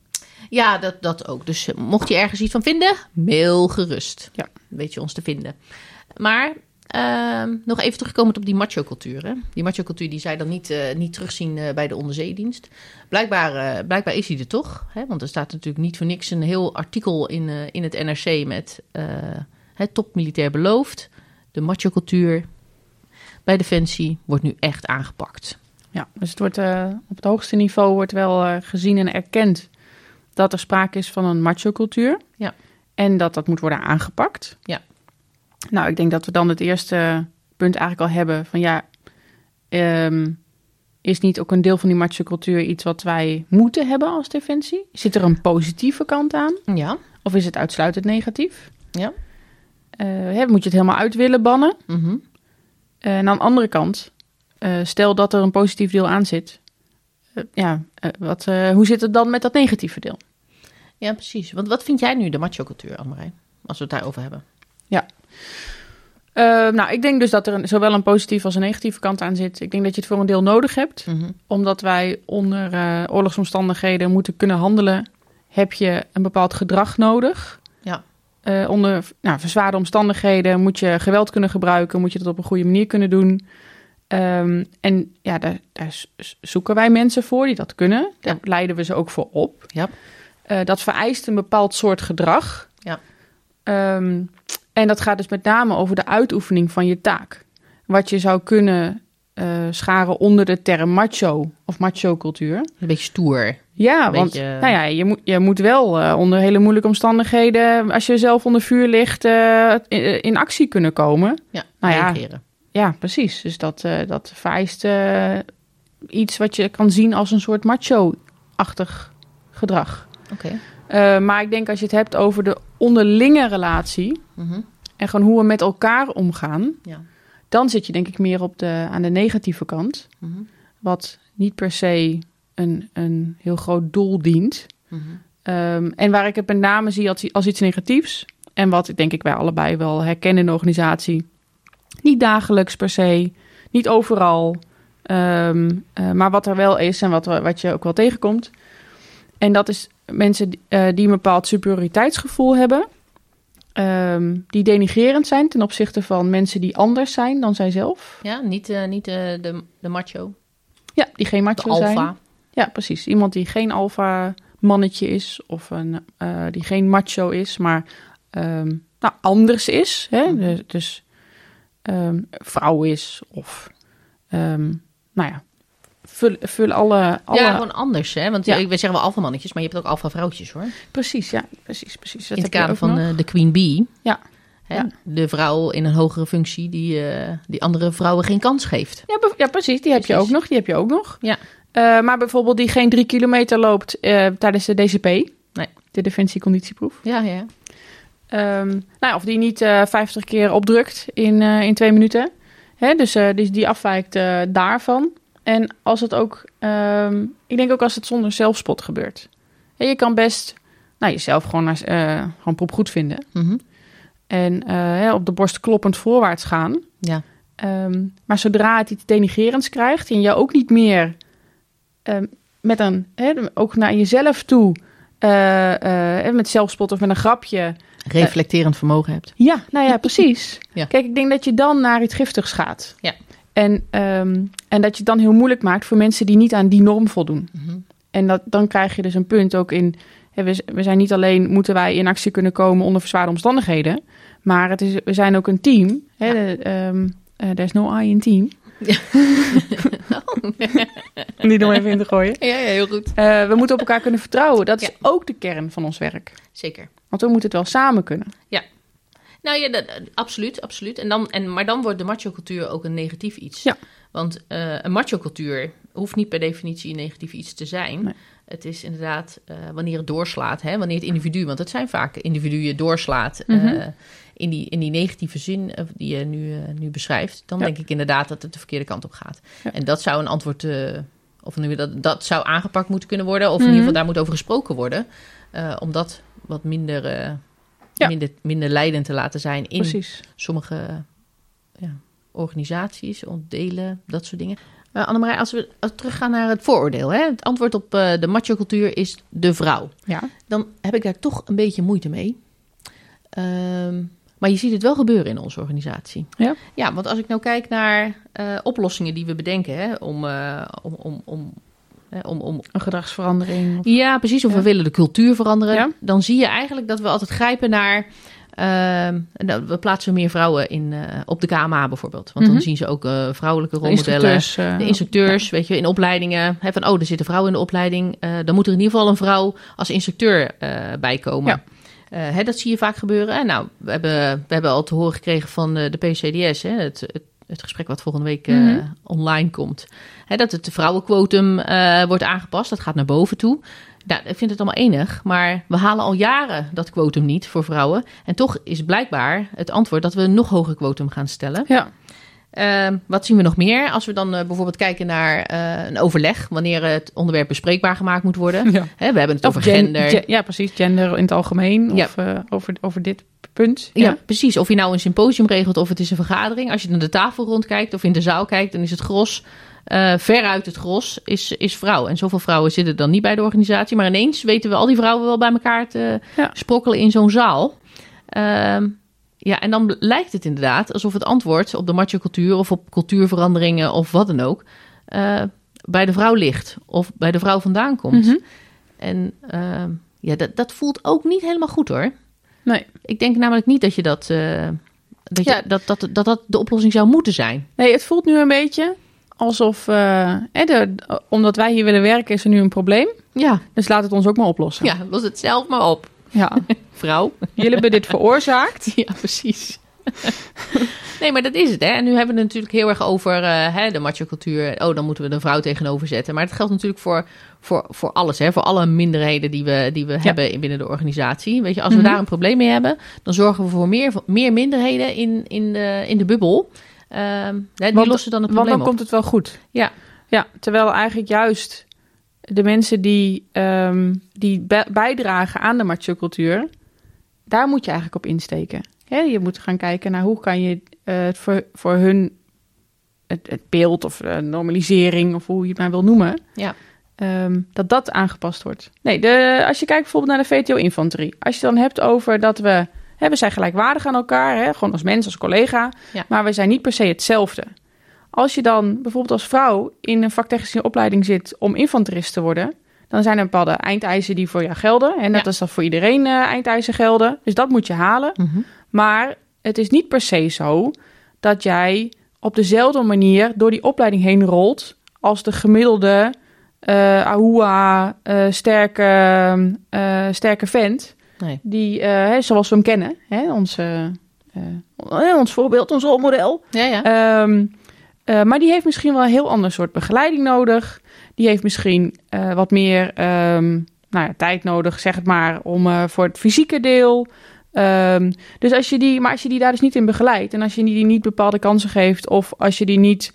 ja, dat, dat ook. Dus uh, mocht je ergens iets van vinden, mail gerust. Ja. Weet je ons te vinden. Maar Uh, nog even terugkomend op die macho-cultuur. Hè? Die macho-cultuur die zij dan niet, uh, niet terugzien uh, bij de onderzeedienst. Blijkbaar, uh, blijkbaar is die er toch. Hè? Want er staat natuurlijk niet voor niks een heel artikel in, uh, in het N R C met uh, het topmilitair beloofd. De macho-cultuur bij Defensie wordt nu echt aangepakt. Ja, dus het wordt, uh, op het hoogste niveau wordt wel uh, gezien en erkend dat er sprake is van een macho-cultuur. Ja. En dat dat moet worden aangepakt. Ja. Nou, ik denk dat we dan het eerste punt eigenlijk al hebben van ja, um, is niet ook een deel van die macho-cultuur iets wat wij moeten hebben als Defensie? Zit er een positieve kant aan? Ja. Of is het uitsluitend negatief? Ja. Uh, hè, moet je het helemaal uit willen bannen? Mm-hmm. Uh, en aan de andere kant, uh, stel dat er een positief deel aan zit. Uh, ja, uh, wat, uh, hoe zit het dan met dat negatieve deel? Ja, precies. Want wat vind jij nu de macho-cultuur, Annemarij? Als we het daarover hebben. Ja. Uh, nou, ik denk dus dat er een, zowel een positieve als een negatieve kant aan zit. Ik denk dat je het voor een deel nodig hebt. Mm-hmm. Omdat wij onder uh, oorlogsomstandigheden moeten kunnen handelen, heb je een bepaald gedrag nodig. Ja. Uh, onder nou, verzwaarde omstandigheden moet je geweld kunnen gebruiken, moet je dat op een goede manier kunnen doen. Um, en ja, daar, daar zoeken wij mensen voor die dat kunnen. Daar ja. leiden we ze ook voor op. Ja. Uh, dat vereist een bepaald soort gedrag. Ja. Um, en dat gaat dus met name over de uitoefening van je taak. Wat je zou kunnen uh, scharen onder de term macho of macho-cultuur. Een beetje stoer. Ja, een want beetje... nou ja, je, moet, je moet wel uh, onder hele moeilijke omstandigheden, als je zelf onder vuur ligt, uh, in, in actie kunnen komen. Ja, nou reageren. Ja, ja, precies. Dus dat, uh, dat vereist uh, iets wat je kan zien als een soort macho-achtig gedrag. Oké. Okay. Uh, maar ik denk als je het hebt over de onderlinge relatie, mm-hmm. en gewoon hoe we met elkaar omgaan, ja. dan zit je denk ik meer op de, aan de negatieve kant. Mm-hmm. Wat niet per se een, een heel groot doel dient. Mm-hmm. Um, en waar ik het met name zie als, als iets negatiefs, en wat denk ik wij allebei wel herkennen in de organisatie, niet dagelijks per se, niet overal, um, uh, maar wat er wel is en wat, wat je ook wel tegenkomt. En dat is mensen uh, die een bepaald superioriteitsgevoel hebben, um, die denigrerend zijn ten opzichte van mensen die anders zijn dan zijzelf. Ja, niet, uh, niet uh, de, de macho. Ja, die geen macho de zijn. alfa. Ja, precies. Iemand die geen alfa mannetje is of een, uh, die geen macho is, maar um, nou, anders is. Hè? Mm. Dus, dus um, vrouw is of um, nou ja, vul, vul alle, alle... Ja, gewoon anders, hè? Want ja. we zeggen wel alfa mannetjes, maar je hebt ook alfa vrouwtjes, hoor. Precies, ja. Precies, precies. Dat in het kader van uh, de Queen Bee. Ja. Hè? Ja. De vrouw in een hogere functie die, uh, die andere vrouwen geen kans geeft. Ja, be- ja precies. Die heb precies. je ook nog. Die heb je ook nog. Ja. Uh, maar bijvoorbeeld die geen drie kilometer loopt uh, tijdens de D C P. Nee. De Defensieconditieproef. Ja, ja. Um, nou, of die niet uh, vijftig keer opdrukt in, uh, in twee minuten. Hè? Dus uh, die, die afwijkt uh, daarvan. En als het ook... Um, ik denk ook als het zonder zelfspot gebeurt. En je kan best nou, jezelf gewoon, uh, gewoon propgoed vinden. Mm-hmm. En uh, hè, op de borst kloppend voorwaarts gaan. Ja. Um, maar zodra het iets denigrerends krijgt... en je ook niet meer... Um, met een, hè, ook naar jezelf toe, uh, uh, met zelfspot of met een grapje. Reflecterend uh, vermogen hebt. Ja, nou ja, precies. Ja. Kijk, ik denk dat je dan naar iets giftigs gaat. Ja. En, um, en dat je het dan heel moeilijk maakt voor mensen die niet aan die norm voldoen. Mm-hmm. En dat, dan krijg je dus een punt ook in... Hè, we, we zijn niet alleen, moeten wij in actie kunnen komen onder verzwaarde omstandigheden. Maar het is, we zijn ook een team. Hè, ja. de, um, uh, there's no I in team. Ja. oh. Die nog even in te gooien. Ja, ja, heel goed. Uh, we moeten op elkaar kunnen vertrouwen. Dat is ja. ook de kern van ons werk. Zeker. Want we moeten het wel samen kunnen. Ja. Nou ja, dat, absoluut, absoluut. En dan, en, maar dan wordt de macho-cultuur ook een negatief iets. Ja. Want uh, een macho-cultuur hoeft niet per definitie een negatief iets te zijn. Nee. Het is inderdaad uh, wanneer het doorslaat, hè? Wanneer het individu, want het zijn vaak individuen doorslaat mm-hmm. uh, in, die, in die negatieve zin uh, die je nu, uh, nu beschrijft. Dan ja. denk ik inderdaad dat het de verkeerde kant op gaat. Ja. En dat zou een antwoord, uh, of nu dat, dat zou aangepakt moeten kunnen worden, of mm-hmm. in ieder geval daar moet over gesproken worden. Uh, om dat wat minder, uh, ja. minder, minder leidend te laten zijn in Precies. sommige ja, organisaties, delen, dat soort dingen. Uh, Annemarij, als we teruggaan naar het vooroordeel, hè? Het antwoord op uh, de macho-cultuur is de vrouw. Ja. Dan heb ik daar toch een beetje moeite mee. Um, Maar je ziet het wel gebeuren in onze organisatie. Ja? Ja, want als ik nou kijk naar uh, oplossingen die we bedenken hè, om, uh, om, om, om, hè, om, om... Een gedragsverandering. Of... Ja, precies. Of ja. we willen de cultuur veranderen. Ja? Dan zie je eigenlijk dat we altijd grijpen naar... Uh, we plaatsen meer vrouwen in, uh, op de K M A bijvoorbeeld. Want mm-hmm. dan zien ze ook uh, vrouwelijke rolmodellen. De instructeurs. Uh, de instructeurs, ja. weet je, in opleidingen. Hè, van, oh, er zit een vrouw in de opleiding. Uh, dan moet er in ieder geval een vrouw als instructeur uh, bij komen. Ja. Uh, hè, dat zie je vaak gebeuren. En nou, we hebben, we hebben al te horen gekregen van uh, de P C D S, hè, het, het, het gesprek wat volgende week uh, mm-hmm. online komt. Hè, dat het vrouwenquotum uh, wordt aangepast. Dat gaat naar boven toe. Nou, ik vind het allemaal enig, maar we halen al jaren dat quotum niet voor vrouwen. En toch is blijkbaar het antwoord dat we een nog hoger quotum gaan stellen. Ja. Uh, wat zien we nog meer? Als we dan uh, bijvoorbeeld kijken naar uh, een overleg, wanneer het onderwerp bespreekbaar gemaakt moet worden. Ja. Hè, we hebben het of over gen- gender. Gen- ja, precies. Gender in het algemeen. Ja. Of uh, over, over dit punt. Ja. ja, precies. Of je nou een symposium regelt of het is een vergadering. Als je naar de tafel rondkijkt of in de zaal kijkt, dan is het gros... Uh, veruit het gros is, is vrouw. En zoveel vrouwen zitten dan niet bij de organisatie. Maar ineens weten we al die vrouwen wel bij elkaar te ja. sprokkelen in zo'n zaal. Uh, ja, en dan lijkt het inderdaad alsof het antwoord op de macho-cultuur... of op cultuurveranderingen of wat dan ook... Uh, bij de vrouw ligt of bij de vrouw vandaan komt. Mm-hmm. En uh, ja, dat, dat voelt ook niet helemaal goed, hoor. Nee. Ik denk namelijk niet dat je dat... Uh, dat, ja. je, dat, dat, dat dat de oplossing zou moeten zijn. Nee, het voelt nu een beetje... Alsof, uh, eh, de, omdat wij hier willen werken, is er nu een probleem. Ja. Dus laat het ons ook maar oplossen. Ja, los het zelf maar op. Ja. Vrouw. Jullie hebben dit veroorzaakt. Ja, precies. Nee, maar dat is het, hè. En nu hebben we het natuurlijk heel erg over uh, hè, de macho-cultuur. Oh, dan moeten we de vrouw tegenover zetten. Maar het geldt natuurlijk voor, voor, voor alles, hè. Voor alle minderheden die we, die we ja. hebben binnen de organisatie. Weet je, als mm-hmm. we daar een probleem mee hebben, dan zorgen we voor meer, meer minderheden in, in, de, in de bubbel. Uh, die want, lossen dan het probleem Want dan op. komt het wel goed. Ja. Ja, terwijl eigenlijk juist de mensen die, um, die be- bijdragen aan de macho-cultuur, daar moet je eigenlijk op insteken. Hè? Je moet gaan kijken naar hoe kan je uh, het voor, voor hun het, het beeld of uh, normalisering of hoe je het maar wil noemen, ja. um, dat dat aangepast wordt. Nee, de, als je kijkt bijvoorbeeld naar de V T O-infanterie. Als je het dan hebt over dat we... Hè, we zijn gelijkwaardig aan elkaar, hè, gewoon als mens, als collega. Ja. Maar we zijn niet per se hetzelfde. Als je dan bijvoorbeeld als vrouw in een vaktechnische opleiding zit om infanterist te worden, dan zijn er bepaalde eindeisen die voor jou gelden. En dat ja. is dan voor iedereen uh, eindeisen gelden. Dus dat moet je halen. Mm-hmm. Maar het is niet per se zo dat jij op dezelfde manier door die opleiding heen rolt als de gemiddelde uh, ahua, uh, sterke, uh, sterke vent. Nee. Die, uh, zoals we hem kennen, hè, onze, uh, ons voorbeeld, ons rolmodel. Ja, ja. Um, uh, maar die heeft misschien wel een heel ander soort begeleiding nodig. Die heeft misschien uh, wat meer um, nou ja, tijd nodig, zeg het maar, om uh, voor het fysieke deel. Um, dus als je die, maar als je die daar dus niet in begeleidt en als je die niet bepaalde kansen geeft, of als je die niet,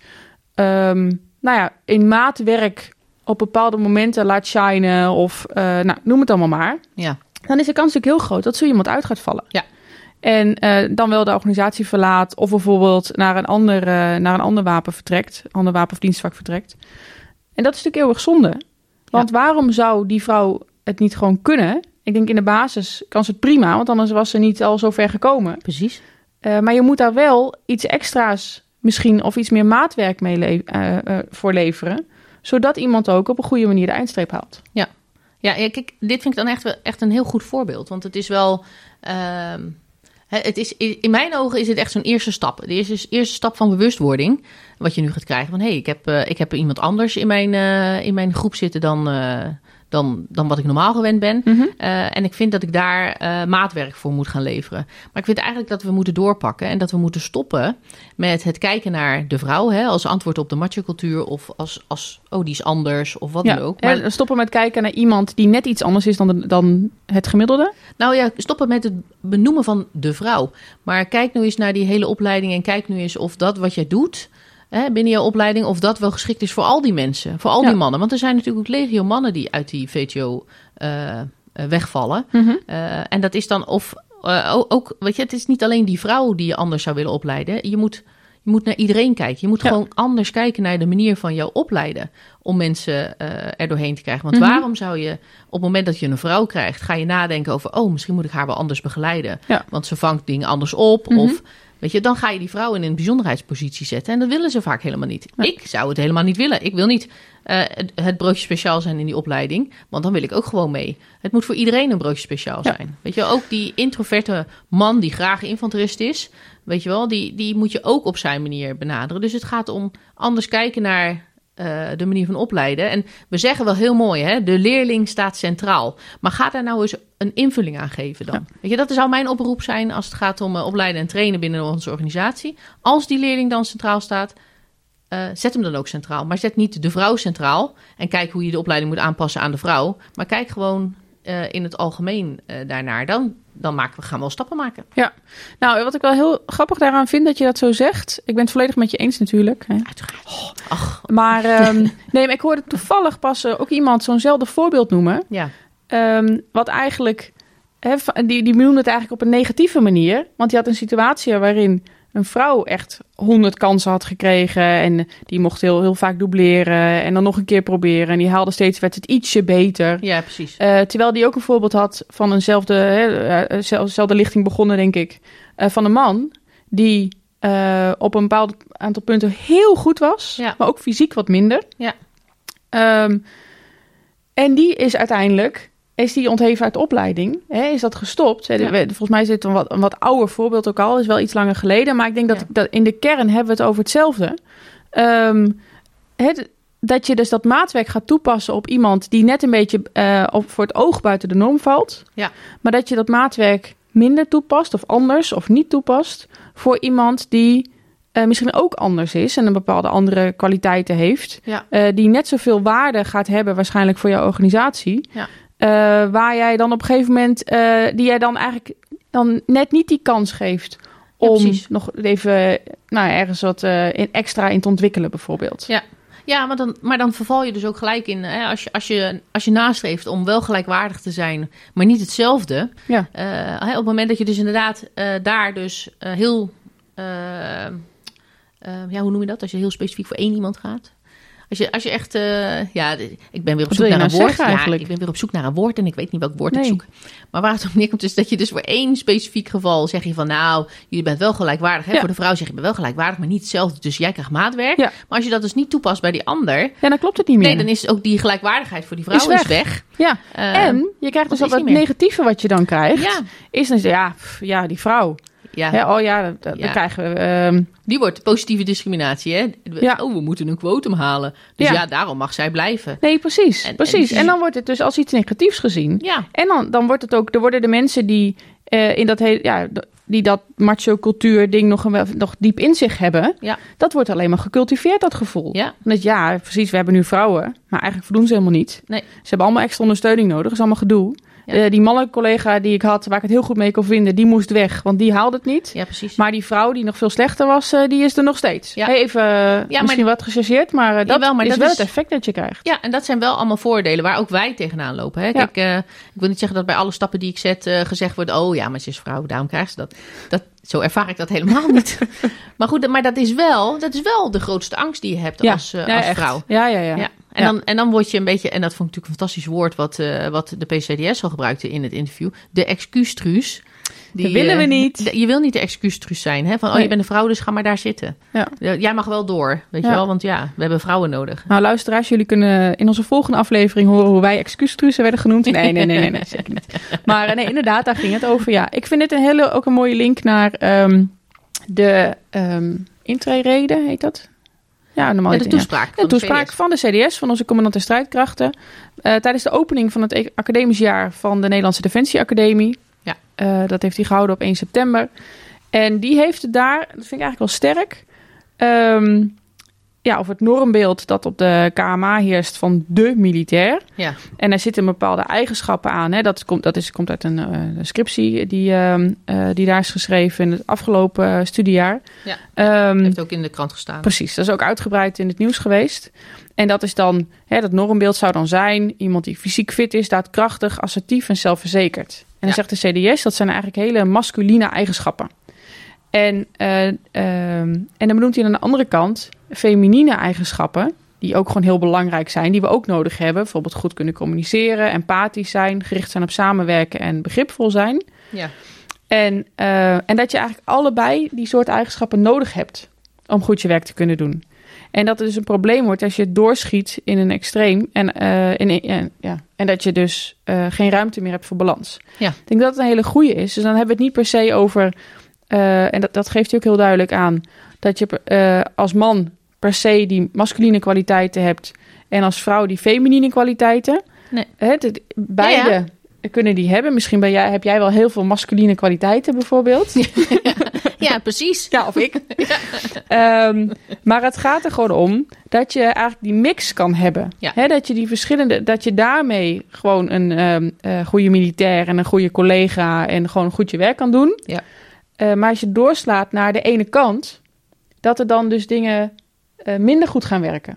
um, nou ja, in maatwerk op bepaalde momenten laat shinen, of uh, nou, noem het allemaal maar. Ja. Dan is de kans natuurlijk heel groot dat zo iemand uit gaat vallen. Ja. En uh, dan wel de organisatie verlaat of bijvoorbeeld naar een ander, uh, naar een ander wapen vertrekt, ander wapen of dienstvak vertrekt. En dat is natuurlijk heel erg zonde. Want ja. waarom zou die vrouw het niet gewoon kunnen? Ik denk in de basis kan ze het prima, want anders was ze niet al zo ver gekomen. Precies. Uh, maar je moet daar wel iets extra's misschien of iets meer maatwerk mee le- uh, uh, voor leveren, zodat iemand ook op een goede manier de eindstreep haalt. Ja. Ja, kijk, dit vind ik dan echt, echt een heel goed voorbeeld. Want het is wel... Uh, het is, in mijn ogen is het echt zo'n eerste stap. De eerste, eerste stap van bewustwording. Wat je nu gaat krijgen van... hé, hey, ik, heb, uh, ik heb iemand anders in mijn, uh, in mijn groep zitten dan... Uh, Dan, dan wat ik normaal gewend ben. Mm-hmm. Uh, en ik vind dat ik daar uh, maatwerk voor moet gaan leveren. Maar ik vind eigenlijk dat we moeten doorpakken... en dat we moeten stoppen met het kijken naar de vrouw... Hè, als antwoord op de macho-cultuur... of als, als oh, die is anders of wat ja, dan ook. Maar stoppen met kijken naar iemand die net iets anders is dan, de, dan het gemiddelde? Nou ja, stoppen met het benoemen van de vrouw. Maar kijk nu eens naar die hele opleiding... en kijk nu eens of dat wat jij doet... Hè, binnen jouw opleiding, of dat wel geschikt is voor al die mensen, voor al ja. die mannen. Want er zijn natuurlijk ook legio mannen die uit die V T O uh, uh, wegvallen. Mm-hmm. Uh, en dat is dan of uh, ook, weet je, het is niet alleen die vrouw die je anders zou willen opleiden. Je moet, je moet naar iedereen kijken. Je moet ja. gewoon anders kijken naar de manier van jou opleiden. om mensen uh, er doorheen te krijgen. Want Mm-hmm. waarom zou je op het moment dat je een vrouw krijgt, ga je nadenken over, oh, misschien moet ik haar wel anders begeleiden. Ja. Want ze vangt dingen anders op. Mm-hmm. Of weet je, dan ga je die vrouw in een bijzonderheidspositie zetten. En dat willen ze vaak helemaal niet. Ja. Ik zou het helemaal niet willen. Ik wil niet uh, het, het broodje speciaal zijn in die opleiding. Want dan wil ik ook gewoon mee. Het moet voor iedereen een broodje speciaal Ja. zijn. Weet je, ook die introverte man die graag infanterist is, weet je wel, die, die moet je ook op zijn manier benaderen. Dus het gaat om anders kijken naar uh, de manier van opleiden. En we zeggen wel heel mooi, hè, de leerling staat centraal. Maar ga daar nou eens een invulling aan geven dan. Ja. Weet je, dat zou mijn oproep zijn als het gaat om uh, opleiden en trainen binnen onze organisatie. Als die leerling dan centraal staat, uh, zet hem dan ook centraal. Maar zet niet de vrouw centraal en kijk hoe je de opleiding moet aanpassen aan de vrouw. Maar kijk gewoon uh, in het algemeen uh, daarnaar. Dan, dan maken we, gaan we wel stappen maken. Ja, nou, wat ik wel heel grappig daaraan vind dat je dat zo zegt. Ik ben het volledig met je eens natuurlijk. Hè. Uiteraard. Oh, ach, Maar um, nee, maar ik hoorde toevallig pas uh, ook iemand zo'nzelfde voorbeeld noemen. ja. Um, wat eigenlijk, hè, die, die benoemde het eigenlijk op een negatieve manier. Want die had een situatie waarin een vrouw echt honderd kansen had gekregen. En die mocht heel, heel vaak dubleren en dan nog een keer proberen. En die haalde steeds, werd het ietsje beter. Ja, precies. Uh, terwijl die ook een voorbeeld had van eenzelfde, hè, eenzelfde lichting begonnen, denk ik. Uh, van een man die uh, op een bepaald aantal punten heel goed was. Ja. Maar ook fysiek wat minder. Ja. Um, en die is uiteindelijk, is die ontheven uit de opleiding. Hè, is dat gestopt? Hè, Ja. de, volgens mij is dit een wat, een wat ouder voorbeeld ook al. Is wel iets langer geleden. Maar ik denk dat, Ja. ik, dat in de kern hebben we het over hetzelfde. Um, het, dat je dus dat maatwerk gaat toepassen op iemand die net een beetje uh, op, voor het oog buiten de norm valt. Ja. Maar dat je dat maatwerk minder toepast of anders of niet toepast voor iemand die uh, misschien ook anders is en een bepaalde andere kwaliteiten heeft. Ja. Uh, die net zoveel waarde gaat hebben waarschijnlijk voor jouw organisatie. Ja. Uh, waar jij dan op een gegeven moment, uh, die jij dan eigenlijk dan net niet die kans geeft Ja, om precies. nog even nou, ergens wat uh, in, extra in te ontwikkelen bijvoorbeeld. Ja. Ja, maar dan, maar dan verval je dus ook gelijk in, hè, als, je, als, je, als je nastreeft om wel gelijkwaardig te zijn, maar niet hetzelfde. Ja. Uh, hè, op het moment dat je dus inderdaad uh, daar dus uh, heel, uh, uh, ja, hoe noem je dat? Als je heel specifiek voor één iemand gaat. Als je, als je echt, uh, ja, ik ben weer op Wat zoek wil je naar nou een woord. zeggen eigenlijk? Ja, ik ben weer op zoek naar een woord en ik weet niet welk woord Nee. ik zoek. Maar waar het op neerkomt is dat je dus voor één specifiek geval zeg je van, nou, jullie bent wel gelijkwaardig. Hè? Ja. Voor de vrouw zeg je, je bent wel gelijkwaardig, maar niet hetzelfde. Dus jij krijgt maatwerk. Ja. Maar als je dat dus niet toepast bij die ander, Ja, dan klopt het niet meer. nee, dan is ook die gelijkwaardigheid voor die vrouw Is is weg. weg. Ja, Uh, en je krijgt dus dat ook is het niet meer. negatieve wat je dan krijgt. Ja. Is dan, ja, pff, ja, die vrouw. Ja, Ja, oh ja, dat, dat Ja. krijgen we. Um, die wordt positieve discriminatie, hè? Ja. Oh, we moeten een quotum halen. Dus Ja. ja, daarom mag zij blijven. nee, precies. En- precies. en- En, dan wordt het dus als iets negatiefs gezien. Ja, En dan, dan wordt het ook, er worden de mensen die uh, in dat hele, ja, d- die dat macho cultuur ding nog, een- nog diep in zich hebben. Ja. Dat wordt alleen maar gecultiveerd, dat gevoel. ja, Dat ja, precies, we hebben nu vrouwen, maar eigenlijk voldoen ze helemaal niet. nee. Ze hebben allemaal extra ondersteuning nodig, dat is allemaal gedoe. Ja. Uh, die mannelijke collega die ik had, waar ik het heel goed mee kon vinden, die moest weg, want die haalde het niet. Ja, precies. Maar die vrouw die nog veel slechter was, uh, die is er nog steeds. Ja. Hey, even, uh, maar- misschien wat gechargeerd, maar uh, dat Jawel, maar is dat wel is- het effect dat je krijgt. Ja, en dat zijn wel allemaal voordelen waar ook wij tegenaan lopen. Hè? Ja. Kijk, uh, ik wil niet zeggen dat bij alle stappen die ik zet uh, gezegd wordt, oh ja, maar ze is vrouw, daarom krijgt ze dat. dat zo ervaar ik dat helemaal niet. Maar goed, maar dat is wel, dat is wel de grootste angst die je hebt Ja. als, uh, Ja, als echt. vrouw. Ja, ja, ja. Ja. En, Ja. dan, en dan word je een beetje, en dat vond ik natuurlijk een fantastisch woord wat, uh, wat de P C D S al gebruikte in het interview, de excuustruus. Die, Dat willen we uh, niet. de- je wil niet de excuustruus zijn, hè? Van, oh, Nee. je bent een vrouw, dus ga maar daar zitten. Ja. Ja, jij mag wel door, weet Ja. je wel, want ja, we hebben vrouwen nodig. Nou, luisteraars, jullie kunnen in onze volgende aflevering horen hoe wij excuustruusen werden genoemd. Nee, nee, nee, nee, nee, zeker niet. Maar uh, nee, inderdaad, daar ging het over. Ja, ik vind dit een hele, ook een mooie link naar um, de um, intree-reden, heet dat? Ja, normaal Ja, de heet het, toespraak Ja, van de de toespraak C D S. van de C D S, van onze commandant en strijdkrachten. Uh, tijdens de opening van het e- academisch jaar van de Nederlandse Defensie Academie. Ja. Uh, dat heeft hij gehouden op één september. En die heeft het daar, dat vind ik eigenlijk wel sterk, um, ja, over het normbeeld dat op de K M A heerst van de militair. Ja. En daar zitten bepaalde eigenschappen aan. Hè. Dat, komt, dat is, komt uit een uh, scriptie die, uh, uh, die daar is geschreven in het afgelopen uh, studiejaar. Ja. Um, Heeft ook in de krant gestaan. Precies, dat is ook uitgebreid in het nieuws geweest. En dat is dan, hè, dat normbeeld zou dan zijn iemand die fysiek fit is, daadkrachtig, assertief en zelfverzekerd. En dan Ja. zegt de C D S, dat zijn eigenlijk hele masculine eigenschappen. En, uh, uh, en dan benoemt hij aan de andere kant feminine eigenschappen. die ook gewoon heel belangrijk zijn, die we ook nodig hebben. Bijvoorbeeld goed kunnen communiceren, empathisch zijn, gericht zijn op samenwerken en begripvol zijn. Ja. En, uh, en dat je eigenlijk allebei die soort eigenschappen nodig hebt om goed je werk te kunnen doen. En dat het dus een probleem wordt als je doorschiet in een extreem en, uh, in, en, ja, en dat je dus uh, geen ruimte meer hebt voor balans. Ja. Ik denk dat het een hele goeie is. Dus dan hebben we het niet per se over, uh, en dat, dat geeft hij ook heel duidelijk aan, dat je uh, als man per se die masculine kwaliteiten hebt en als vrouw die feminine kwaliteiten. Nee. Hè, de, beide Ja, ja. kunnen die hebben. Misschien ben jij, heb jij wel heel veel masculine kwaliteiten bijvoorbeeld. Ja, ja, precies. Ja, of ik. Ja. Um, maar het gaat er gewoon om dat je eigenlijk die mix kan hebben. Ja. Hè, dat je die verschillende, dat je daarmee gewoon een um, uh, goede militair en een goede collega en gewoon goed je werk kan doen. Ja. Uh, maar als je doorslaat naar de ene kant, dat er dan dus dingen uh, minder goed gaan werken.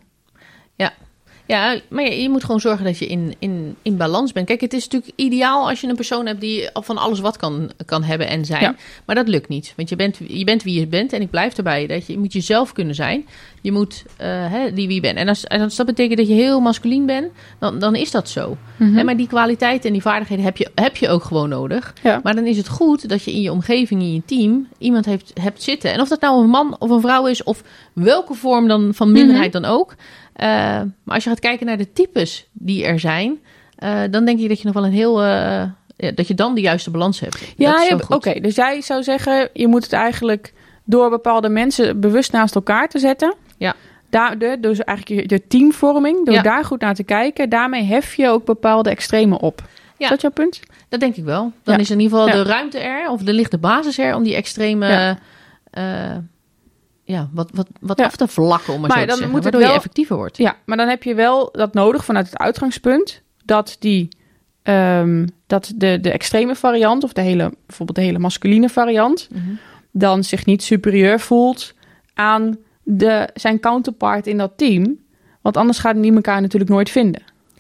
Ja, maar je, je moet gewoon zorgen dat je in, in, in balans bent. Kijk, het is natuurlijk ideaal als je een persoon hebt die van alles wat kan, kan hebben en zijn. Ja. Maar dat lukt niet. Want je bent, je bent wie je bent. En ik blijf erbij. Dat je, je moet jezelf kunnen zijn. Je moet uh, hè, die wie je bent. En als, als dat betekent dat je heel masculien bent, dan, dan is dat zo. Mm-hmm. Hè, maar die kwaliteiten en die vaardigheden heb je, heb je ook gewoon nodig. Ja. Maar dan is het goed dat je in je omgeving, in je team, iemand heeft, hebt zitten. En of dat nou een man of een vrouw is, of welke vorm dan van minderheid mm-hmm. dan ook. Uh, maar als je gaat kijken naar de types die er zijn, uh, dan denk ik dat je nog wel een heel, uh, ja, dat je dan de juiste balans hebt. Ja, ja oké. Okay. Dus jij zou zeggen, je moet het eigenlijk door bepaalde mensen bewust naast elkaar te zetten. Ja. Daar, de, dus eigenlijk je, je teamvorming, door ja. daar goed naar te kijken, daarmee hef je ook bepaalde extremen op. Ja. Is dat jouw punt? Dat denk ik wel. Dan ja. is in ieder geval ja. de ruimte er, of er ligt de basis er om die extreme... Ja. Uh, Ja, wat, wat, wat ja. af te vlakken, om maar, maar zo te dan zeggen, moet waardoor wel, je effectiever wordt. Ja, maar dan heb je wel dat nodig vanuit het uitgangspunt dat die um, dat de, de extreme variant of de hele, bijvoorbeeld de hele masculine variant, mm-hmm. dan zich niet superieur voelt aan de, zijn counterpart in dat team. Want anders gaan die elkaar natuurlijk nooit vinden.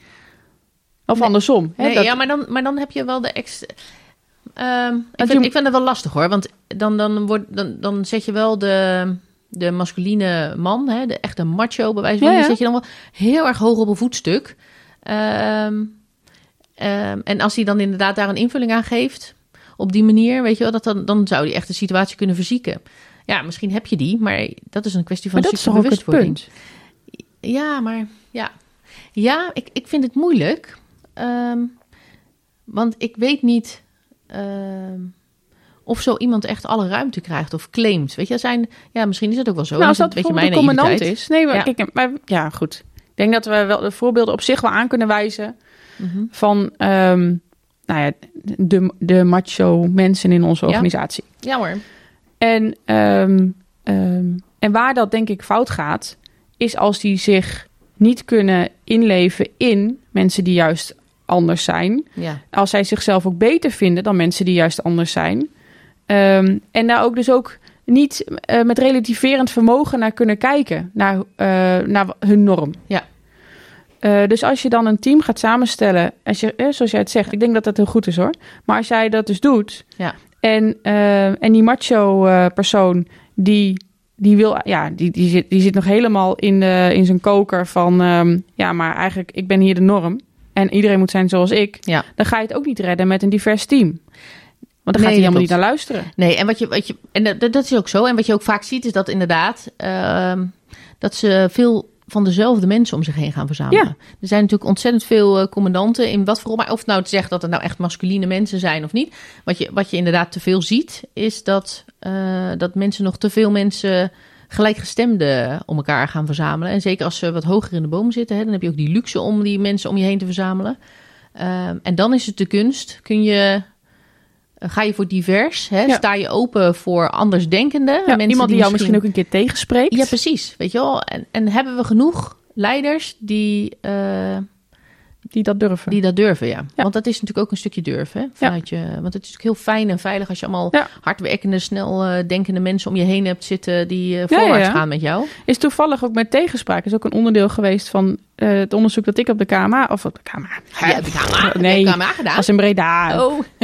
Of nee. andersom. Hè, nee, dat... ja, maar dan, maar dan heb je wel de ex... Um, ik, vind, je... ik vind dat wel lastig hoor, want dan, dan, wordt, dan, dan zet je wel de, de masculine man, hè, de echte macho bij wijze van, ja, ja. die zet je dan wel heel erg hoog op een voetstuk. Um, um, en als hij dan inderdaad daar een invulling aan geeft, op die manier, weet je wel, dat dan, dan zou die echt de situatie kunnen verzieken. Ja, misschien heb je die, maar dat is een kwestie van een stukje bewustwording. Ja, maar ja, ja ik, ik vind het moeilijk, um, want ik weet niet... Uh, of zo iemand echt alle ruimte krijgt of claimt. Weet je, zijn, ja, misschien is het ook wel zo. Nou, als dat een beetje mijn de commandant is. Nee, maar, ja. Kijk, maar ja, goed. Ik denk dat we wel de voorbeelden op zich wel aan kunnen wijzen mm-hmm. van um, nou ja, de, de macho mensen in onze organisatie. Ja, ja hoor. En, um, um, en waar dat denk ik fout gaat, is als die zich niet kunnen inleven in mensen die juist anders zijn. Ja. Als zij zichzelf ook beter vinden dan mensen die juist anders zijn. Um, en daar ook dus ook niet uh, met relativerend vermogen naar kunnen kijken. Naar, uh, naar hun norm. Ja. Uh, dus als je dan een team gaat samenstellen. Als je, eh, zoals jij het zegt. Ik denk dat dat heel goed is hoor. Maar als jij dat dus doet. Ja. En, uh, en die macho uh, persoon. Die, die, wil, ja, die, die, zit, die zit nog helemaal in, de, in zijn koker van. Um, ja, maar eigenlijk ik ben hier de norm. En iedereen moet zijn zoals ik. Ja. Dan ga je het ook niet redden met een divers team. Want dan nee, gaat hij helemaal niet naar luisteren. Nee, en, wat je, wat je, en dat, dat is ook zo. En wat je ook vaak ziet is dat inderdaad... Uh, dat ze veel van dezelfde mensen om zich heen gaan verzamelen. Ja. Er zijn natuurlijk ontzettend veel uh, commandanten... in wat voor... Of nou te zeggen dat het nou echt masculine mensen zijn of niet. Wat je, wat je inderdaad te veel ziet... is dat, uh, dat mensen nog te veel mensen... gelijkgestemden om elkaar gaan verzamelen. En zeker als ze wat hoger in de boom zitten... Hè, dan heb je ook die luxe om die mensen om je heen te verzamelen. Uh, en dan is het de kunst. Kun je... Ga je voor divers? Hè? Ja. Sta je open voor andersdenkenden? Ja, mensen iemand die, die jou misschien... misschien ook een keer tegenspreekt. Ja, precies. Weet je wel? En, en hebben we genoeg leiders die... Uh, die dat durven. Die dat durven, ja. ja. Want dat is natuurlijk ook een stukje durven. Hè? Vanuit ja. je, want het is natuurlijk heel fijn en veilig... als je allemaal ja. hardwerkende, snel uh, denkende mensen om je heen hebt zitten... die uh, voorwaarts ja, ja, ja. gaan met jou. Is toevallig ook met tegenspraak... is ook een onderdeel geweest van uh, het onderzoek dat ik op de K M A... of op de K M A... Ja, de K M A. Nee, de K M A gedaan. was in Breda. Oh.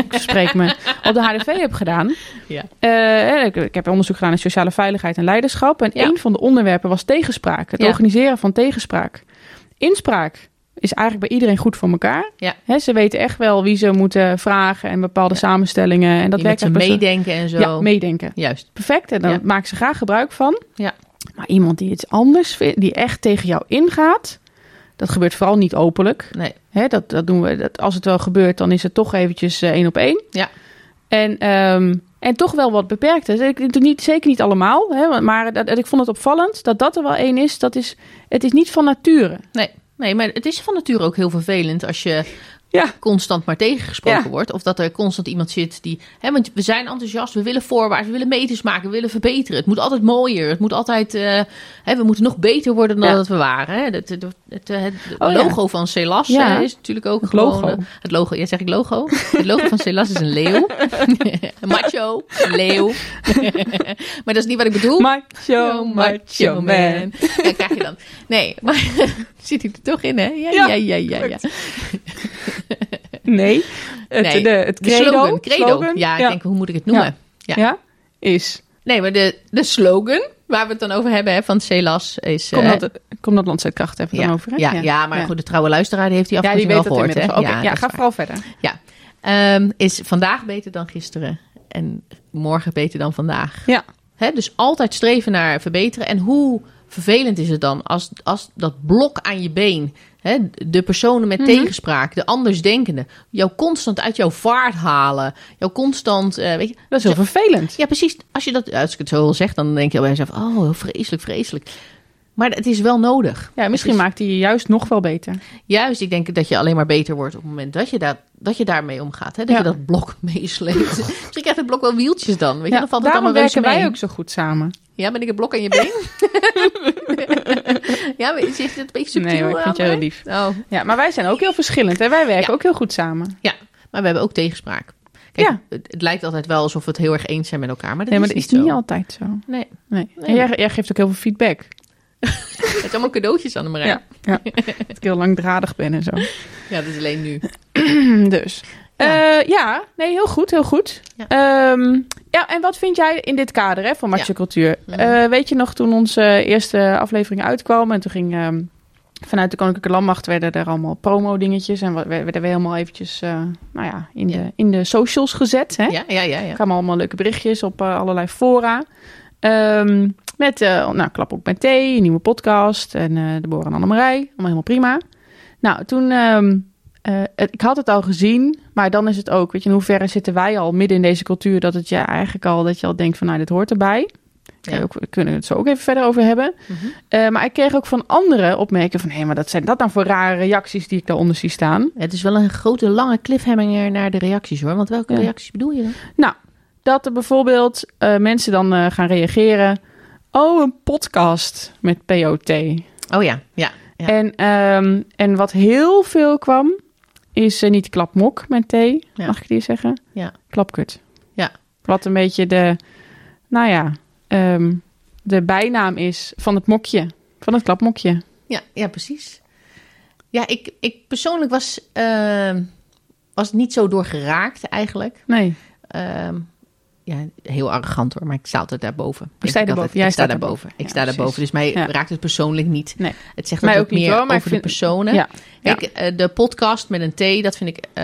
ik spreek me, op de H D V heb gedaan. Ja. Uh, ik, ik heb onderzoek gedaan in sociale veiligheid en leiderschap. En Ja. een van de onderwerpen was tegenspraak. Het Ja. organiseren van tegenspraak. Inspraak is eigenlijk bij iedereen goed voor elkaar. Ja. Hè, ze weten echt wel wie ze moeten vragen en bepaalde Ja. samenstellingen. En dat Die met werkt ze echt best wel- meedenken en zo. Ja, meedenken. Juist. Perfect. En daar Ja. maken ze graag gebruik van. Ja. Maar iemand die iets anders vindt, die echt tegen jou ingaat, dat gebeurt vooral niet openlijk. Nee. Hè, dat, dat doen we. Dat, als het wel gebeurt, dan is het toch eventjes uh, één op één. Ja. En, um, en toch wel wat beperkt. Dus ik, niet, zeker niet allemaal. Hè, maar dat, ik vond het opvallend dat dat er wel één is. Dat is. Het is niet van nature. Nee. nee, maar het is van nature ook heel vervelend als je Ja. constant maar tegengesproken Ja. wordt. Of dat er constant iemand zit die... Hè, want we zijn enthousiast, we willen voorwaarts, we willen meters maken, we willen verbeteren. Het moet altijd mooier, het moet altijd... Uh, hè, we moeten nog beter worden dan Ja. dat we waren. Hè. Het, het, het, het, het Oh, logo ja. van Celas Ja. uh, is natuurlijk ook het gewoon... logo. Uh, het logo, ja zeg ik logo? Het logo van Celas is een leeuw. Een macho, een leeuw. Maar dat is niet wat ik bedoel. Macho, macho man. man. Ja, krijg je dan. Nee, maar zit ik er toch in, hè? Ja, Ja, ja, ja, ja. ja. Nee, het, nee. De, het de credo, slogan. credo. slogan. Ja, ik ja. denk, hoe moet ik het noemen? Ja. Ja. ja, is... Nee, maar de, de slogan waar we het dan over hebben hè, van Celas is... Kom uh, dat, kom dat land zet kracht even ja, dan over, hè? Ja, ja. ja maar ja. goed, de trouwe luisteraar die heeft die Ja, die afkorting weet wel het gehoord. Hè? inmiddels. Oké, ja, dat ja is ga waar. vooral verder. Ja. Um, is vandaag beter dan gisteren en morgen beter dan vandaag. Ja. Hè, dus altijd streven naar verbeteren. En hoe vervelend is het dan als, als dat blok aan je been... Hè, de personen met mm-hmm. tegenspraak, de andersdenkende... jou constant uit jouw vaart halen. Jou constant... Uh, weet je, dat is heel zo, vervelend. Ja, precies. Als, je dat, als ik het zo wil zeg, dan denk je bij jezelf... oh, heel vreselijk, vreselijk. Maar het is wel nodig. Ja, misschien is, maakt hij je juist nog wel beter. Juist, ik denk dat je alleen maar beter wordt... op het moment dat je, dat, dat je daarmee omgaat. Hè? Dat ja. je dat blok meesleept. Misschien krijgt het blok wel wieltjes dan. Weet je? Ja, dan valt daarom het werken mee. wij ook zo goed samen. Ja, ben ik een blok aan je been? Ja, maar zit het een beetje subtiel? Nee hoor, ik vind je heel lief. Oh. Ja, maar wij zijn ook heel verschillend. Hè? Wij werken ja. ook heel goed samen. Ja, maar we hebben ook tegenspraak. Kijk, ja. het, het lijkt altijd wel alsof we het heel erg eens zijn met elkaar. Maar dat nee, maar is dat niet is zo. niet altijd zo. Nee. nee. nee. Jij, jij geeft ook heel veel feedback. Het is allemaal cadeautjes aan de Marijn. Ja, ja. Dat ik heel langdradig ben en zo. Ja, dat is alleen nu. Dus... Ja. Uh, ja, nee, heel goed, heel goed. Ja, um, ja en wat vind jij in dit kader hè, van machocultuur? Ja. Uh, weet je nog, toen onze eerste aflevering uitkwam... en toen ging um, vanuit de Koninklijke Landmacht... werden er allemaal promo-dingetjes... en werden we helemaal eventjes uh, nou ja, in, ja. De, in de socials gezet. Hè? Ja, ja, ja. ja. Er kwamen allemaal leuke berichtjes op uh, allerlei fora... Um, met, uh, nou, Klap ook met thee, een nieuwe podcast... en uh, Deborah en Annemarij, allemaal helemaal prima. Nou, toen... Um, Uh, ik had het al gezien, maar dan is het ook, weet je, in hoeverre zitten wij al midden in deze cultuur dat het ja eigenlijk al, dat je al denkt van, nou, dit hoort erbij. Ja. Ook, we kunnen het zo ook even verder over hebben. Mm-hmm. Uh, maar ik kreeg ook van anderen opmerken van, hé, hey, maar dat zijn dat nou voor rare reacties die ik daaronder zie staan? Ja, het is wel een grote, lange cliffhanger naar de reacties, hoor. Want welke ja. reacties bedoel je dan? Nou, dat er bijvoorbeeld uh, mensen dan uh, gaan reageren, oh, een podcast met P O T. Oh ja, ja. ja. En, um, en wat heel veel kwam, is uh, niet klapmok met T, ja. mag ik die zeggen? Ja. Klapkut. Ja. Wat een beetje de, nou ja, um, de bijnaam is van het mokje, van het klapmokje. Ja, ja precies. Ja, ik, ik persoonlijk was, uh, was niet zo doorgeraakt eigenlijk. Nee. Um, ja, heel arrogant hoor, maar ik sta altijd daarboven. Ik sta daarboven. Ik, ik sta daarboven. Ik ja, sta daarboven. Dus mij ja. raakt het persoonlijk niet. Nee. Het zegt mij ook, ook meer niet, hoor, maar over vind... de personen. Ja. Kijk, ja. uh, de podcast met een T, dat vind ik... Uh,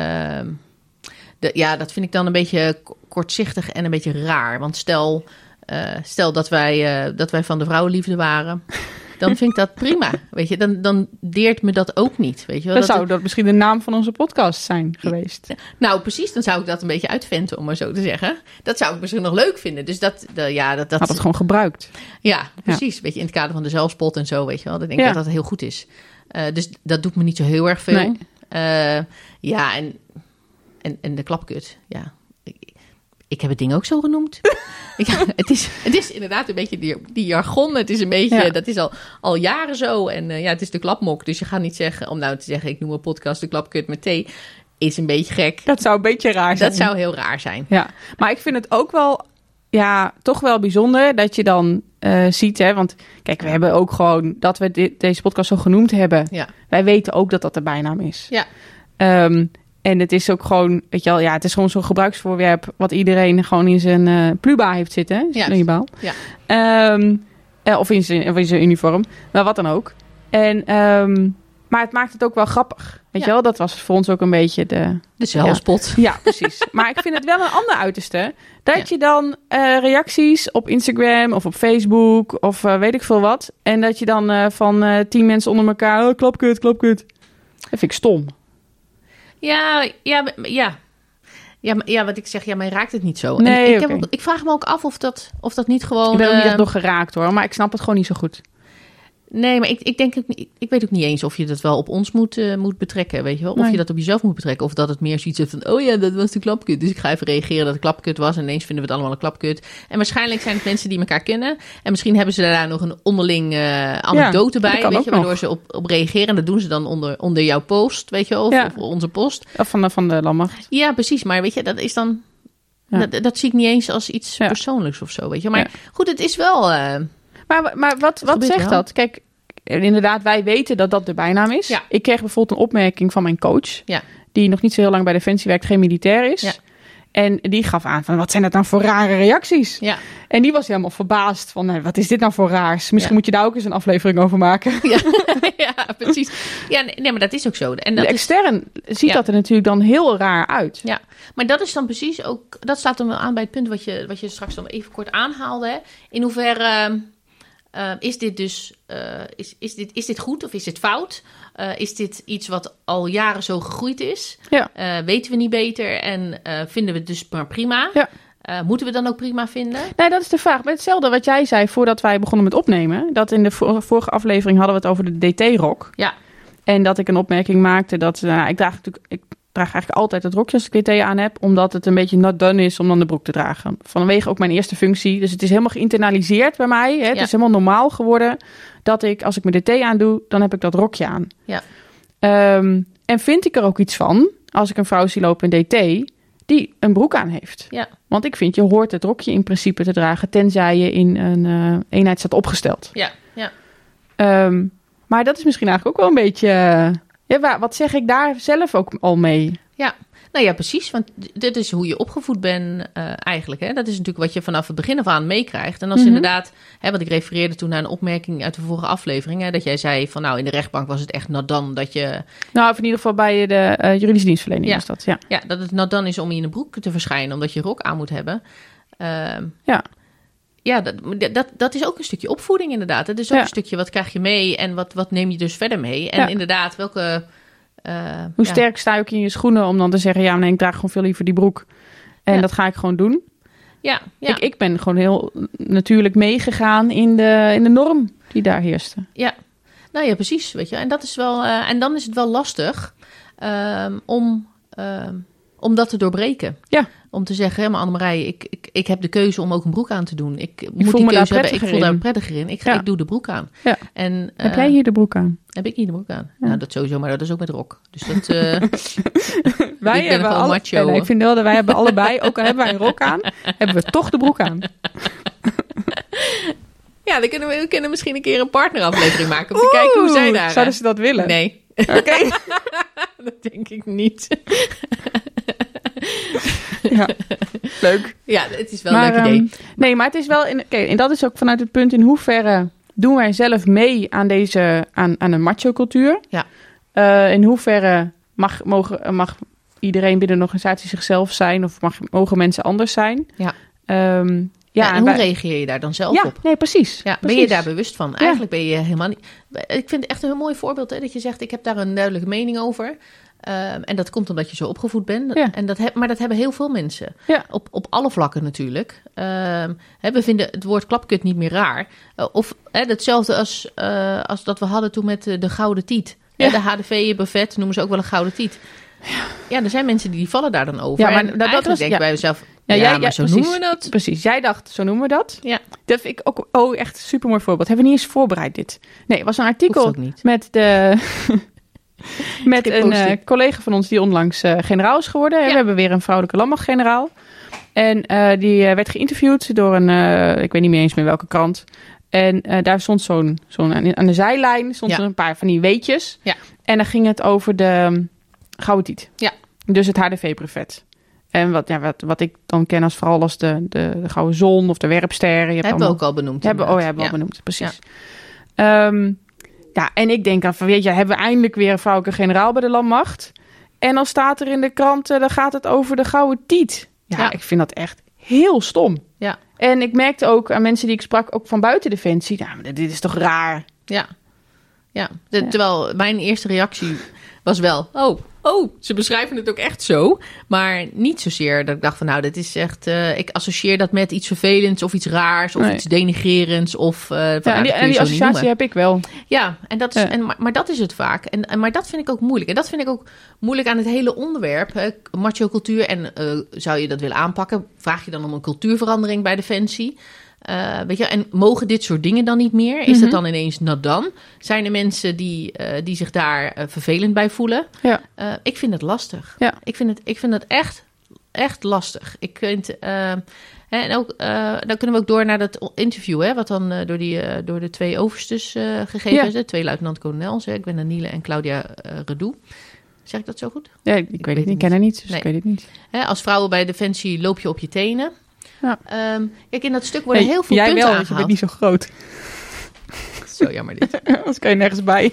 de, ja, dat vind ik dan een beetje kortzichtig en een beetje raar. Want stel, uh, stel dat, wij, uh, dat wij van de vrouwenliefde waren... dan vind ik dat prima. Weet je, dan, dan deert me dat ook niet. Weet je wel? Dan dat zou het... dat misschien de naam van onze podcast zijn geweest. Nou, precies. Dan zou ik dat een beetje uitventen, om maar zo te zeggen. Dat zou ik misschien nog leuk vinden. Dus dat, de, ja, dat, dat... Had het gewoon gebruikt. Ja, precies. Ja. Weet je, in het kader van de zelfspot en zo, weet je wel. Dan denk ik ja. dat dat heel goed is. Uh, dus dat doet me niet zo heel erg veel. Nee. Uh, ja, en, en, en de klapkut, ja. Ik, ik heb het ding ook zo genoemd. Ja, het, is, het is inderdaad een beetje die, die jargon. Het is een beetje, ja. dat is al, al jaren zo. En uh, ja, het is de klapmok. Dus je gaat niet zeggen, om nou te zeggen, ik noem een podcast de klapkut met thee. Is een beetje gek. Dat zou een beetje raar zijn. Dat zou heel raar zijn. Ja, maar ik vind het ook wel, ja, toch wel bijzonder dat je dan uh, ziet, hè. Want kijk, we ja. hebben ook gewoon, dat we dit, deze podcast zo genoemd hebben. Ja. Wij weten ook dat dat de bijnaam is. Ja. Um, En het is ook gewoon, weet je wel, ja, het is gewoon zo'n gebruiksvoorwerp wat iedereen gewoon in zijn uh, pluba heeft zitten. Ja. Liebaal. Ja. Um, uh, of, in zijn, of in zijn uniform. Maar wat dan ook. En, um, maar het maakt het ook wel grappig. Weet Ja. je wel, dat was voor ons ook een beetje de... De zelfspot. Ja, ja, precies. Maar ik vind het wel een ander uiterste. Dat Ja. je dan uh, reacties op Instagram of op Facebook of uh, weet ik veel wat. En dat je dan uh, van uh, tien mensen onder elkaar... Oh, klapkut, klapkut. Dat vind ik stom. Ja, ja, ja. Ja, maar- ja, wat ik zeg, ja, mij raakt het niet zo. Nee, en ik, heb oké. ook, ik vraag me ook af of dat, of dat niet gewoon... Ik ben ook niet eh, echt nog geraakt hoor. Maar ik snap het gewoon niet zo goed. Nee, maar ik, ik denk ook niet, ik weet ook niet eens of je dat wel op ons moet, uh, moet betrekken, weet je wel? Of Nee. je dat op jezelf moet betrekken. Of dat het meer zoiets is van, oh ja, dat was de klapkut. Dus ik ga even reageren dat het klapkut was. En ineens vinden we het allemaal een klapkut. En waarschijnlijk zijn het mensen die elkaar kennen. En misschien hebben ze daar nog een onderling uh, anekdote dat bij, kan weet ook je, waardoor nog. ze op, op reageren. En dat doen ze dan onder, onder jouw post, weet je wel? Of, Ja. of onze post. Of van de, van de Landmacht. Ja, precies. Maar weet je, dat is dan... Ja. Dat, dat zie ik niet eens als iets Ja. persoonlijks of zo, weet je. Maar Ja. goed, het is wel... Uh, Maar, maar wat, wat gebeurt zegt wel. dat? Kijk, inderdaad, wij weten dat dat de bijnaam is. Ja. Ik kreeg bijvoorbeeld een opmerking van mijn coach. Ja. Die nog niet zo heel lang bij Defensie werkt, geen militair is. Ja. En die gaf aan van, wat zijn dat nou voor rare reacties? ja. En die was helemaal verbaasd van, nee, wat is dit nou voor raars? Misschien Ja. moet je daar ook eens een aflevering over maken. Ja, ja, precies. Ja, nee, nee, maar dat is ook zo. En dat De is, extern ziet Ja. dat er natuurlijk dan heel raar uit. ja, maar dat is dan precies ook... Dat staat dan wel aan bij het punt wat je, wat je straks dan even kort aanhaalde. Hè. In hoeverre uh, is dit dus... Uh, is, is, dit, is dit goed of is dit fout? Uh, is dit iets wat al jaren zo gegroeid is? Ja. Uh, weten we niet beter en uh, vinden we het dus maar prima? Ja. Uh, moeten we dan ook prima vinden? Nee, dat is de vraag. Maar hetzelfde wat jij zei voordat wij begonnen met opnemen. Dat in de vor- vorige aflevering hadden we het over de D T-rok. Ja. En dat ik een opmerking maakte dat... Nou, ik draag natuurlijk... Ik draag eigenlijk altijd het rokje als ik D T aan heb. Omdat het een beetje not done is om dan de broek te dragen. Vanwege ook mijn eerste functie. Dus het is helemaal geïnternaliseerd bij mij. Hè? Het Ja. is helemaal normaal geworden dat ik, als ik mijn D T aandoe, dan heb ik dat rokje aan. Ja. Um, en vind ik er ook iets van, als ik een vrouw zie lopen in D T, die een broek aan heeft. Ja. Want ik vind, je hoort het rokje in principe te dragen, tenzij je in een uh, eenheid staat opgesteld. Ja, ja. Um, maar dat is misschien eigenlijk ook wel een beetje... Uh, ja, waar, wat zeg ik daar zelf ook al mee? Ja, nou ja, precies. Want dit is hoe je opgevoed bent uh, eigenlijk. Hè? Dat is natuurlijk wat je vanaf het begin af aan meekrijgt. En als Mm-hmm. inderdaad, hè, want ik refereerde toen naar een opmerking uit de vorige aflevering. Hè, dat jij zei van nou, in de rechtbank was het echt not done dat je... Nou, of in ieder geval bij de uh, juridische dienstverlening Ja. was dat, ja. Ja, dat het not done is om in een broek te verschijnen, omdat je rok aan moet hebben. Uh, Ja. Ja, dat, dat, dat is ook een stukje opvoeding inderdaad. Het is ook Ja. een stukje wat krijg je mee en wat, wat neem je dus verder mee. En Ja. inderdaad, welke... Uh, Hoe ja. sterk sta je ook in je schoenen om dan te zeggen... ja, nee, ik draag gewoon veel liever die broek. En Ja. dat ga ik gewoon doen. Ja, ja. Ik, ik ben gewoon heel natuurlijk meegegaan in de, in de norm die daar heerste. Ja, nou ja, precies. Weet je. En, dat is wel, uh, en dan is het wel lastig um, om, um, om dat te doorbreken. Ja. Om te zeggen, hè, maar Annemarij, ik, ik, ik heb de keuze om ook een broek aan te doen. Ik, ik moet voel die me keuze daar hebben. Ik voel prettiger daar in. prettiger in. Ik, ga, Ja. ik doe de broek aan. Ja. En, uh, Heb jij hier de broek aan? Heb ik hier de broek aan? Ja. Nou, dat sowieso, maar dat is ook met rok. Dus dat... Uh, Wij ik ben gewoon alle... macho. Ja, nee, ik vind wel dat wij hebben allebei, ook al hebben wij een rok aan, hebben we toch de broek aan. Ja, dan kunnen we, we kunnen misschien een keer een partneraflevering maken om te kijken hoe zij daar... Zouden ze dat willen? Nee. Oké. Okay. Dat denk ik niet. Ja, leuk. Ja, het is wel maar, een leuk idee. Um, nee, maar het is wel... In, okay, en dat is ook vanuit het punt in hoeverre doen wij zelf mee aan deze... aan, aan een macho-cultuur. Ja. Uh, in hoeverre mag, mogen, mag iedereen binnen een organisatie zichzelf zijn... of mag, mogen mensen anders zijn? Ja. Um, Ja, ja, en hoe wij, reageer je daar dan zelf ja, op? nee, precies. Ja, precies. ben je daar bewust van? Eigenlijk ben je helemaal niet... Ik vind het echt een heel mooi voorbeeld, hè, dat je zegt... ik heb daar een duidelijke mening over. Um, en dat komt omdat je zo opgevoed bent. Ja. En dat heb, maar dat hebben heel veel mensen. Ja. Op, op alle vlakken natuurlijk. Um, hè, we vinden het woord klapkut niet meer raar. Uh, of hè, hetzelfde als, uh, als dat we hadden toen met uh, de gouden tiet. Ja. De H D V-buffet noemen ze ook wel een gouden tiet. Ja. ja, er zijn mensen die, die vallen daar dan over. Ja, maar en dat, dat was, denk ja. bij jezelf... Ja, Ja, jij, maar ja, zo precies, noemen we dat. Precies, jij dacht, zo noemen we dat. Ja. Dat vind ik ook oh, echt een supermooi voorbeeld. Hebben we niet eens voorbereid dit. Nee, het was een artikel Hoeft ook niet. met de... met een uh, Post-it. collega van ons die onlangs uh, generaal is geworden. Ja. We hebben weer een vrouwelijke landmachtgeneraal. En uh, die uh, werd geïnterviewd door een... Uh, ik weet niet meer eens meer welke krant. En uh, daar stond zo'n... zo'n aan de zijlijn stond Ja. er een paar van die weetjes. Ja. En dan ging het over de um, gouden tiet. Ja. Dus het H D V-brevet. En wat, ja, wat, wat ik dan ken als vooral als de, de, de Gouden Zon of de Werpsterren. Je hebt hebben we allemaal, ook al benoemd. Hebben, oh ja, hebben we ja. al benoemd, precies. Ja. Um, ja, en ik denk dan van, weet je, hebben we eindelijk weer een vrouwelijke generaal bij de landmacht. En dan staat er in de kranten, dan gaat het over de Gouden Tiet. Ja, ja. Ik vind dat echt heel stom. Ja. En ik merkte ook aan mensen die ik sprak, ook van buiten Defensie, ja, maar dit is toch raar? Ja, ja. De, ja. Terwijl mijn eerste reactie was wel, oh, oh, ze beschrijven het ook echt zo. Maar niet zozeer dat ik dacht van, nou, dit is echt, uh, ik associeer dat met iets vervelends of iets raars of nee. iets denigrerends. Of, uh, van, ja, nou, en die, en die associatie heb ik wel. Ja, en dat is, ja. en, maar, maar dat is het vaak. En, en, maar dat vind ik ook moeilijk. En dat vind ik ook moeilijk aan het hele onderwerp, hè, macho-cultuur. En uh, zou je dat willen aanpakken, vraag je dan om een cultuurverandering bij Defensie. Uh, weet je, en mogen dit soort dingen dan niet meer? Is mm-hmm. dat dan ineens nadan? Zijn er mensen die, uh, die zich daar uh, vervelend bij voelen? Ja. Uh, ik vind het lastig. Ja. Ik vind het, ik vind het echt, echt lastig. Ik vind, uh, hè, en ook, uh, dan kunnen we ook door naar dat interview, hè, wat dan uh, door, die, uh, door de twee overstes uh, gegeven ja. is. De twee luitenant-kolonels, hè, Gwen Niele en Claudia uh, Redoux. Zeg ik dat zo goed? Ja, ik, ik, ik weet het niet. Ik ken haar niet, dus nee. ik weet het niet. Hè, als vrouwen bij Defensie loop je op je tenen. Ja. Um, kijk, in dat stuk worden hey, heel veel jij punten wel, aangehaald. Jij wel, want je bent niet zo groot. Zo jammer dit. Anders kan je nergens bij.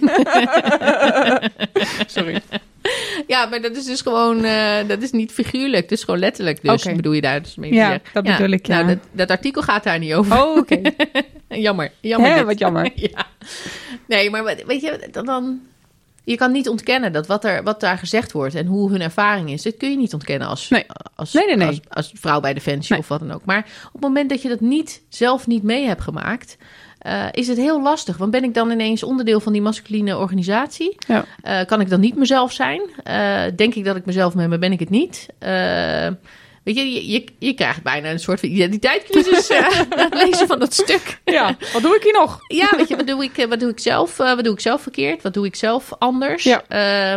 Sorry. Ja, maar dat is dus gewoon, uh, dat is niet figuurlijk. Dat is gewoon letterlijk. Dus okay. bedoel je daar dus mee te ja, zeggen. dat bedoel ja, ik, ja. Nou, dat, dat artikel gaat daar niet over. Oh, oké. Okay. jammer. jammer Hè, wat jammer. ja. Nee, maar weet je, dan... dan je kan niet ontkennen dat wat, er, wat daar gezegd wordt en hoe hun ervaring is, dat kun je niet ontkennen als, nee. als, nee, nee, nee. als, als vrouw bij Defensie nee. of wat dan ook. Maar op het moment dat je dat niet, zelf niet mee hebt gemaakt, uh, is het heel lastig. Want ben ik dan ineens onderdeel van die masculine organisatie? Ja. Uh, kan ik dan niet mezelf zijn? Uh, denk ik dat ik mezelf ben, maar ben ik het niet? Uh, Weet je, je, je, je krijgt bijna een soort van identiteitscrisis uh, lezen van dat stuk. Ja, wat doe ik hier nog? Ja, weet je, wat doe ik, wat doe ik zelf? Uh, wat doe ik zelf verkeerd? Wat doe ik zelf anders? Ja. Uh, uh,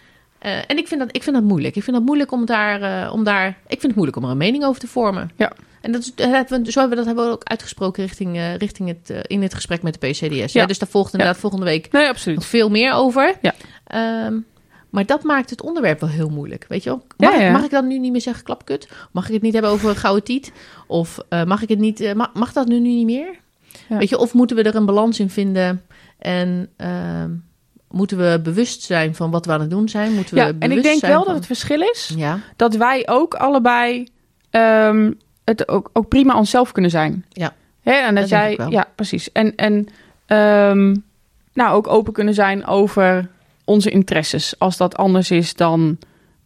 en ik vind, dat, ik vind dat moeilijk. Ik vind dat moeilijk om daar, uh, om daar... Ik vind het moeilijk om er een mening over te vormen. Ja. En dat, is, zo hebben we, dat hebben we ook uitgesproken richting, uh, richting het, uh, in het gesprek met de P C D S. Ja. Ja, dus daar volgt inderdaad ja. volgende week nee, absoluut. nog veel meer over. Ja. Um, Maar dat maakt het onderwerp wel heel moeilijk, weet je wel? Mag, ja, ja. Ik, mag ik dan nu niet meer zeggen klapkut? Mag ik het niet hebben over een gouden tiet? Of uh, mag ik het niet... Uh, mag, mag dat nu niet meer? Ja. Weet je, of moeten we er een balans in vinden? En uh, moeten we bewust zijn van wat we aan het doen zijn? Moeten we ja, en ik denk wel van... dat het verschil is... Ja. dat wij ook allebei um, het ook, ook prima onszelf kunnen zijn. Ja, Hè? En dat, dat jij, ja, precies. En, en um, nou, ook open kunnen zijn over... onze interesses, als dat anders is dan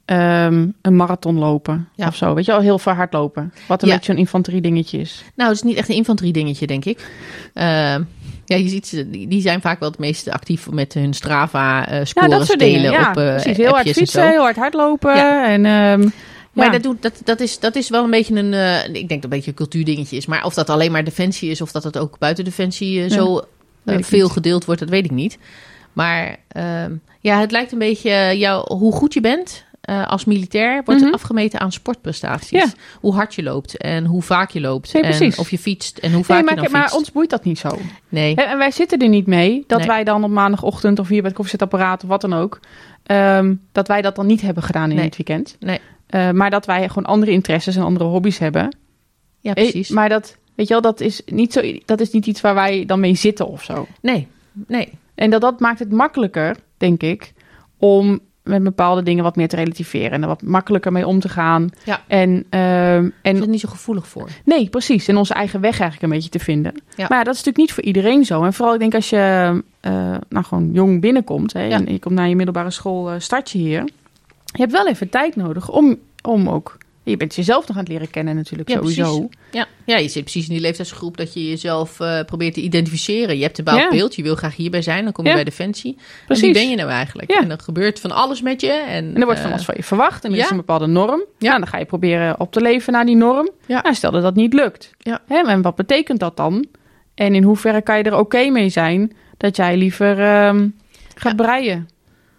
um, een marathon lopen ja. of zo. Weet je wel, heel ver hardlopen. Wat een ja. beetje een infanterie dingetje is. Nou, het is niet echt een infanterie dingetje, denk ik. Uh, ja, je ziet ze, die zijn vaak wel het meest actief met hun Strava-scores uh, ja, delen ja, op uh, precies. Heel hard fietsen, heel hard hardlopen. Ja. En, um, maar ja. dat, doet, dat, dat, is, dat is wel een beetje een, uh, ik denk dat een beetje een cultuurdingetje is. Maar of dat alleen maar Defensie is, of dat het ook buiten Defensie uh, zo uh, veel niet. gedeeld wordt, dat weet ik niet. Maar uh, ja, het lijkt een beetje jou, hoe goed je bent uh, als militair wordt mm-hmm. afgemeten aan sportprestaties. Ja. Hoe hard je loopt en hoe vaak je loopt. Nee, en precies. of je fietst en hoe vaak nee, maar, je dan maar fietst. Maar ons boeit dat niet zo. Nee. En wij zitten er niet mee dat nee. wij dan op maandagochtend of hier bij het koffiezetapparaat of wat dan ook... Um, dat wij dat dan niet hebben gedaan in nee. het weekend. Nee. Uh, maar dat wij gewoon andere interesses en andere hobby's hebben. Ja, precies. Hey, maar dat, weet je wel, dat is, niet zo, dat is niet iets waar wij dan mee zitten of zo. Nee, nee. En dat, dat maakt het makkelijker, denk ik, om met bepaalde dingen wat meer te relativeren. En er wat makkelijker mee om te gaan. Ja. En, uh, en is er niet zo gevoelig voor. Nee, precies. En onze eigen weg eigenlijk een beetje te vinden. Ja. Maar ja, dat is natuurlijk niet voor iedereen zo. En vooral, ik denk als je uh, nou gewoon jong binnenkomt... Hè, ja. en je komt naar je middelbare school, uh, start je hier... Je hebt wel even tijd nodig om, om ook... Je bent jezelf nog aan het leren kennen natuurlijk, ja, sowieso. Ja. ja, je zit precies in die leeftijdsgroep dat je jezelf uh, probeert te identificeren. Je hebt een bepaald ja. beeld, je wil graag hierbij zijn, dan kom je ja. bij Defensie. Precies. En wie ben je nou eigenlijk? Ja. En dan gebeurt van alles met je. En, en er wordt uh, van alles van je verwacht en er ja. is een bepaalde norm. Ja. En dan ga je proberen op te leven naar die norm. Ja. Nou, stel dat dat niet lukt. Ja. Hè, en wat betekent dat dan? En in hoeverre kan je er oké okay mee zijn dat jij liever um, gaat ja. breien?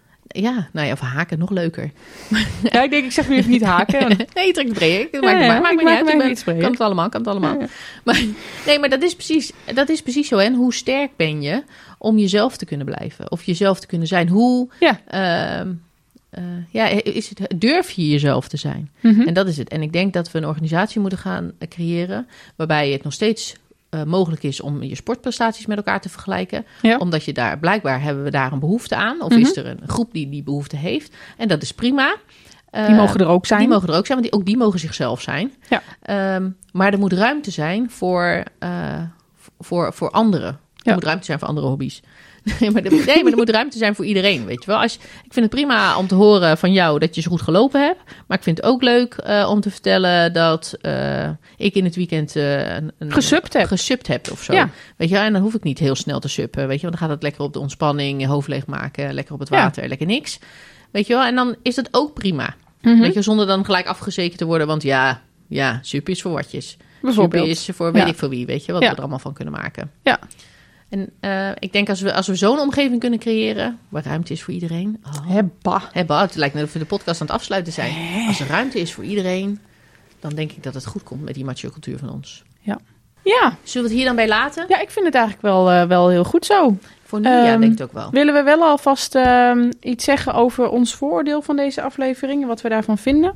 Ja, nou ja, of haken, nog leuker. Ja, ik denk, ik zeg nu even niet haken. Want... Nee, je trekt breien. Ja, maakt, ja, maakt, maakt me niet uit. Niet ben, kan het allemaal, kan het allemaal. Ja, ja. Maar, nee, maar dat is, precies, dat is precies zo. En hoe sterk ben je om jezelf te kunnen blijven? Of jezelf te kunnen zijn? Hoe... Ja. Uh, uh, ja, is het, durf je jezelf te zijn? Mm-hmm. En dat is het. En ik denk dat we een organisatie moeten gaan creëren waarbij het nog steeds uh, mogelijk is om je sportprestaties met elkaar te vergelijken. Ja. Omdat je daar, blijkbaar hebben we daar een behoefte aan. Of Mm-hmm. is er een groep die die behoefte heeft. En dat is prima. Uh, Die mogen er ook zijn. Die mogen er ook zijn, want die, ook die mogen zichzelf zijn. Ja. Um, maar er moet ruimte zijn voor, uh, voor, voor anderen. Er Ja. moet ruimte zijn voor andere hobby's. Nee, maar, de, nee, maar er moet ruimte zijn voor iedereen, weet je wel. Als je, ik vind het prima om te horen van jou dat je zo goed gelopen hebt. Maar ik vind het ook leuk uh, om te vertellen dat uh, ik in het weekend uh, een, een, Gesubt heb. gesubt heb of zo. Ja. Weet je wel, en dan hoef ik niet heel snel te suppen, weet je wel. Dan gaat het lekker op de ontspanning, je hoofd leegmaken, lekker op het water, ja. lekker niks. Weet je wel, en dan is dat ook prima. Mm-hmm. Weet je, zonder dan gelijk afgezekerd te worden, want ja, ja, suppen is voor watjes. Bijvoorbeeld. Suppen is voor weet Ja. ik voor wie, weet je, wat Ja. we er allemaal van kunnen maken. Ja. En uh, ik denk als we, als we zo'n omgeving kunnen creëren, waar ruimte is voor iedereen. Oh, Hebba. hebba, het lijkt net of we de podcast aan het afsluiten zijn. Als er ruimte is voor iedereen, dan denk ik dat het goed komt met die macho-cultuur van ons. Ja. Ja. Zullen we het hier dan bij laten? Ja, ik vind het eigenlijk wel, uh, wel heel goed zo. Voor nu, um, ja, denk ik ook wel. Willen we wel alvast uh, iets zeggen over ons vooroordeel van deze aflevering en wat we daarvan vinden?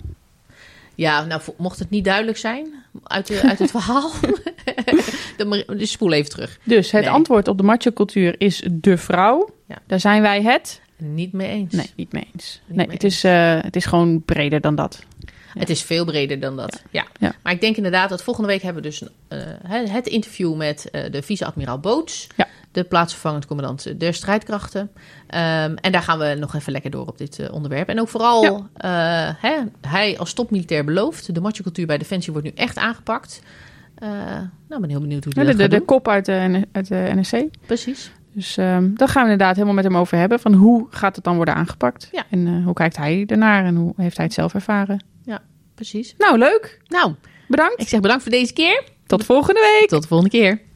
Ja, nou, mocht het niet duidelijk zijn uit, de, uit het verhaal, dan dus spoel even terug. Dus het nee. antwoord op de macho-cultuur is de vrouw. Ja. Daar zijn wij het niet mee eens. Nee, niet mee eens. Niet nee, mee het, is, uh, het is gewoon breder dan dat. Ja. Het is veel breder dan dat, ja. Ja. ja. Maar ik denk inderdaad dat volgende week hebben we dus uh, het interview met uh, de vice-admiraal Boots. Ja. De plaatsvervangend commandant der strijdkrachten. Um, en daar gaan we nog even lekker door op dit uh, onderwerp. En ook vooral, ja. uh, hè, hij als topmilitair belooft. De macho-cultuur bij Defensie wordt nu echt aangepakt. Uh, nou, ik ben heel benieuwd hoe die ja, dat de, gaat de, doen. de kop uit de, uit de N S C. Precies. Dus um, daar gaan we inderdaad helemaal met hem over hebben. Van hoe gaat het dan worden aangepakt? Ja. En uh, hoe kijkt hij ernaar? En hoe heeft hij het zelf ervaren? Ja, precies. Nou, leuk. Nou, Bedankt. ik zeg bedankt voor deze keer. Tot volgende week. Tot de volgende keer.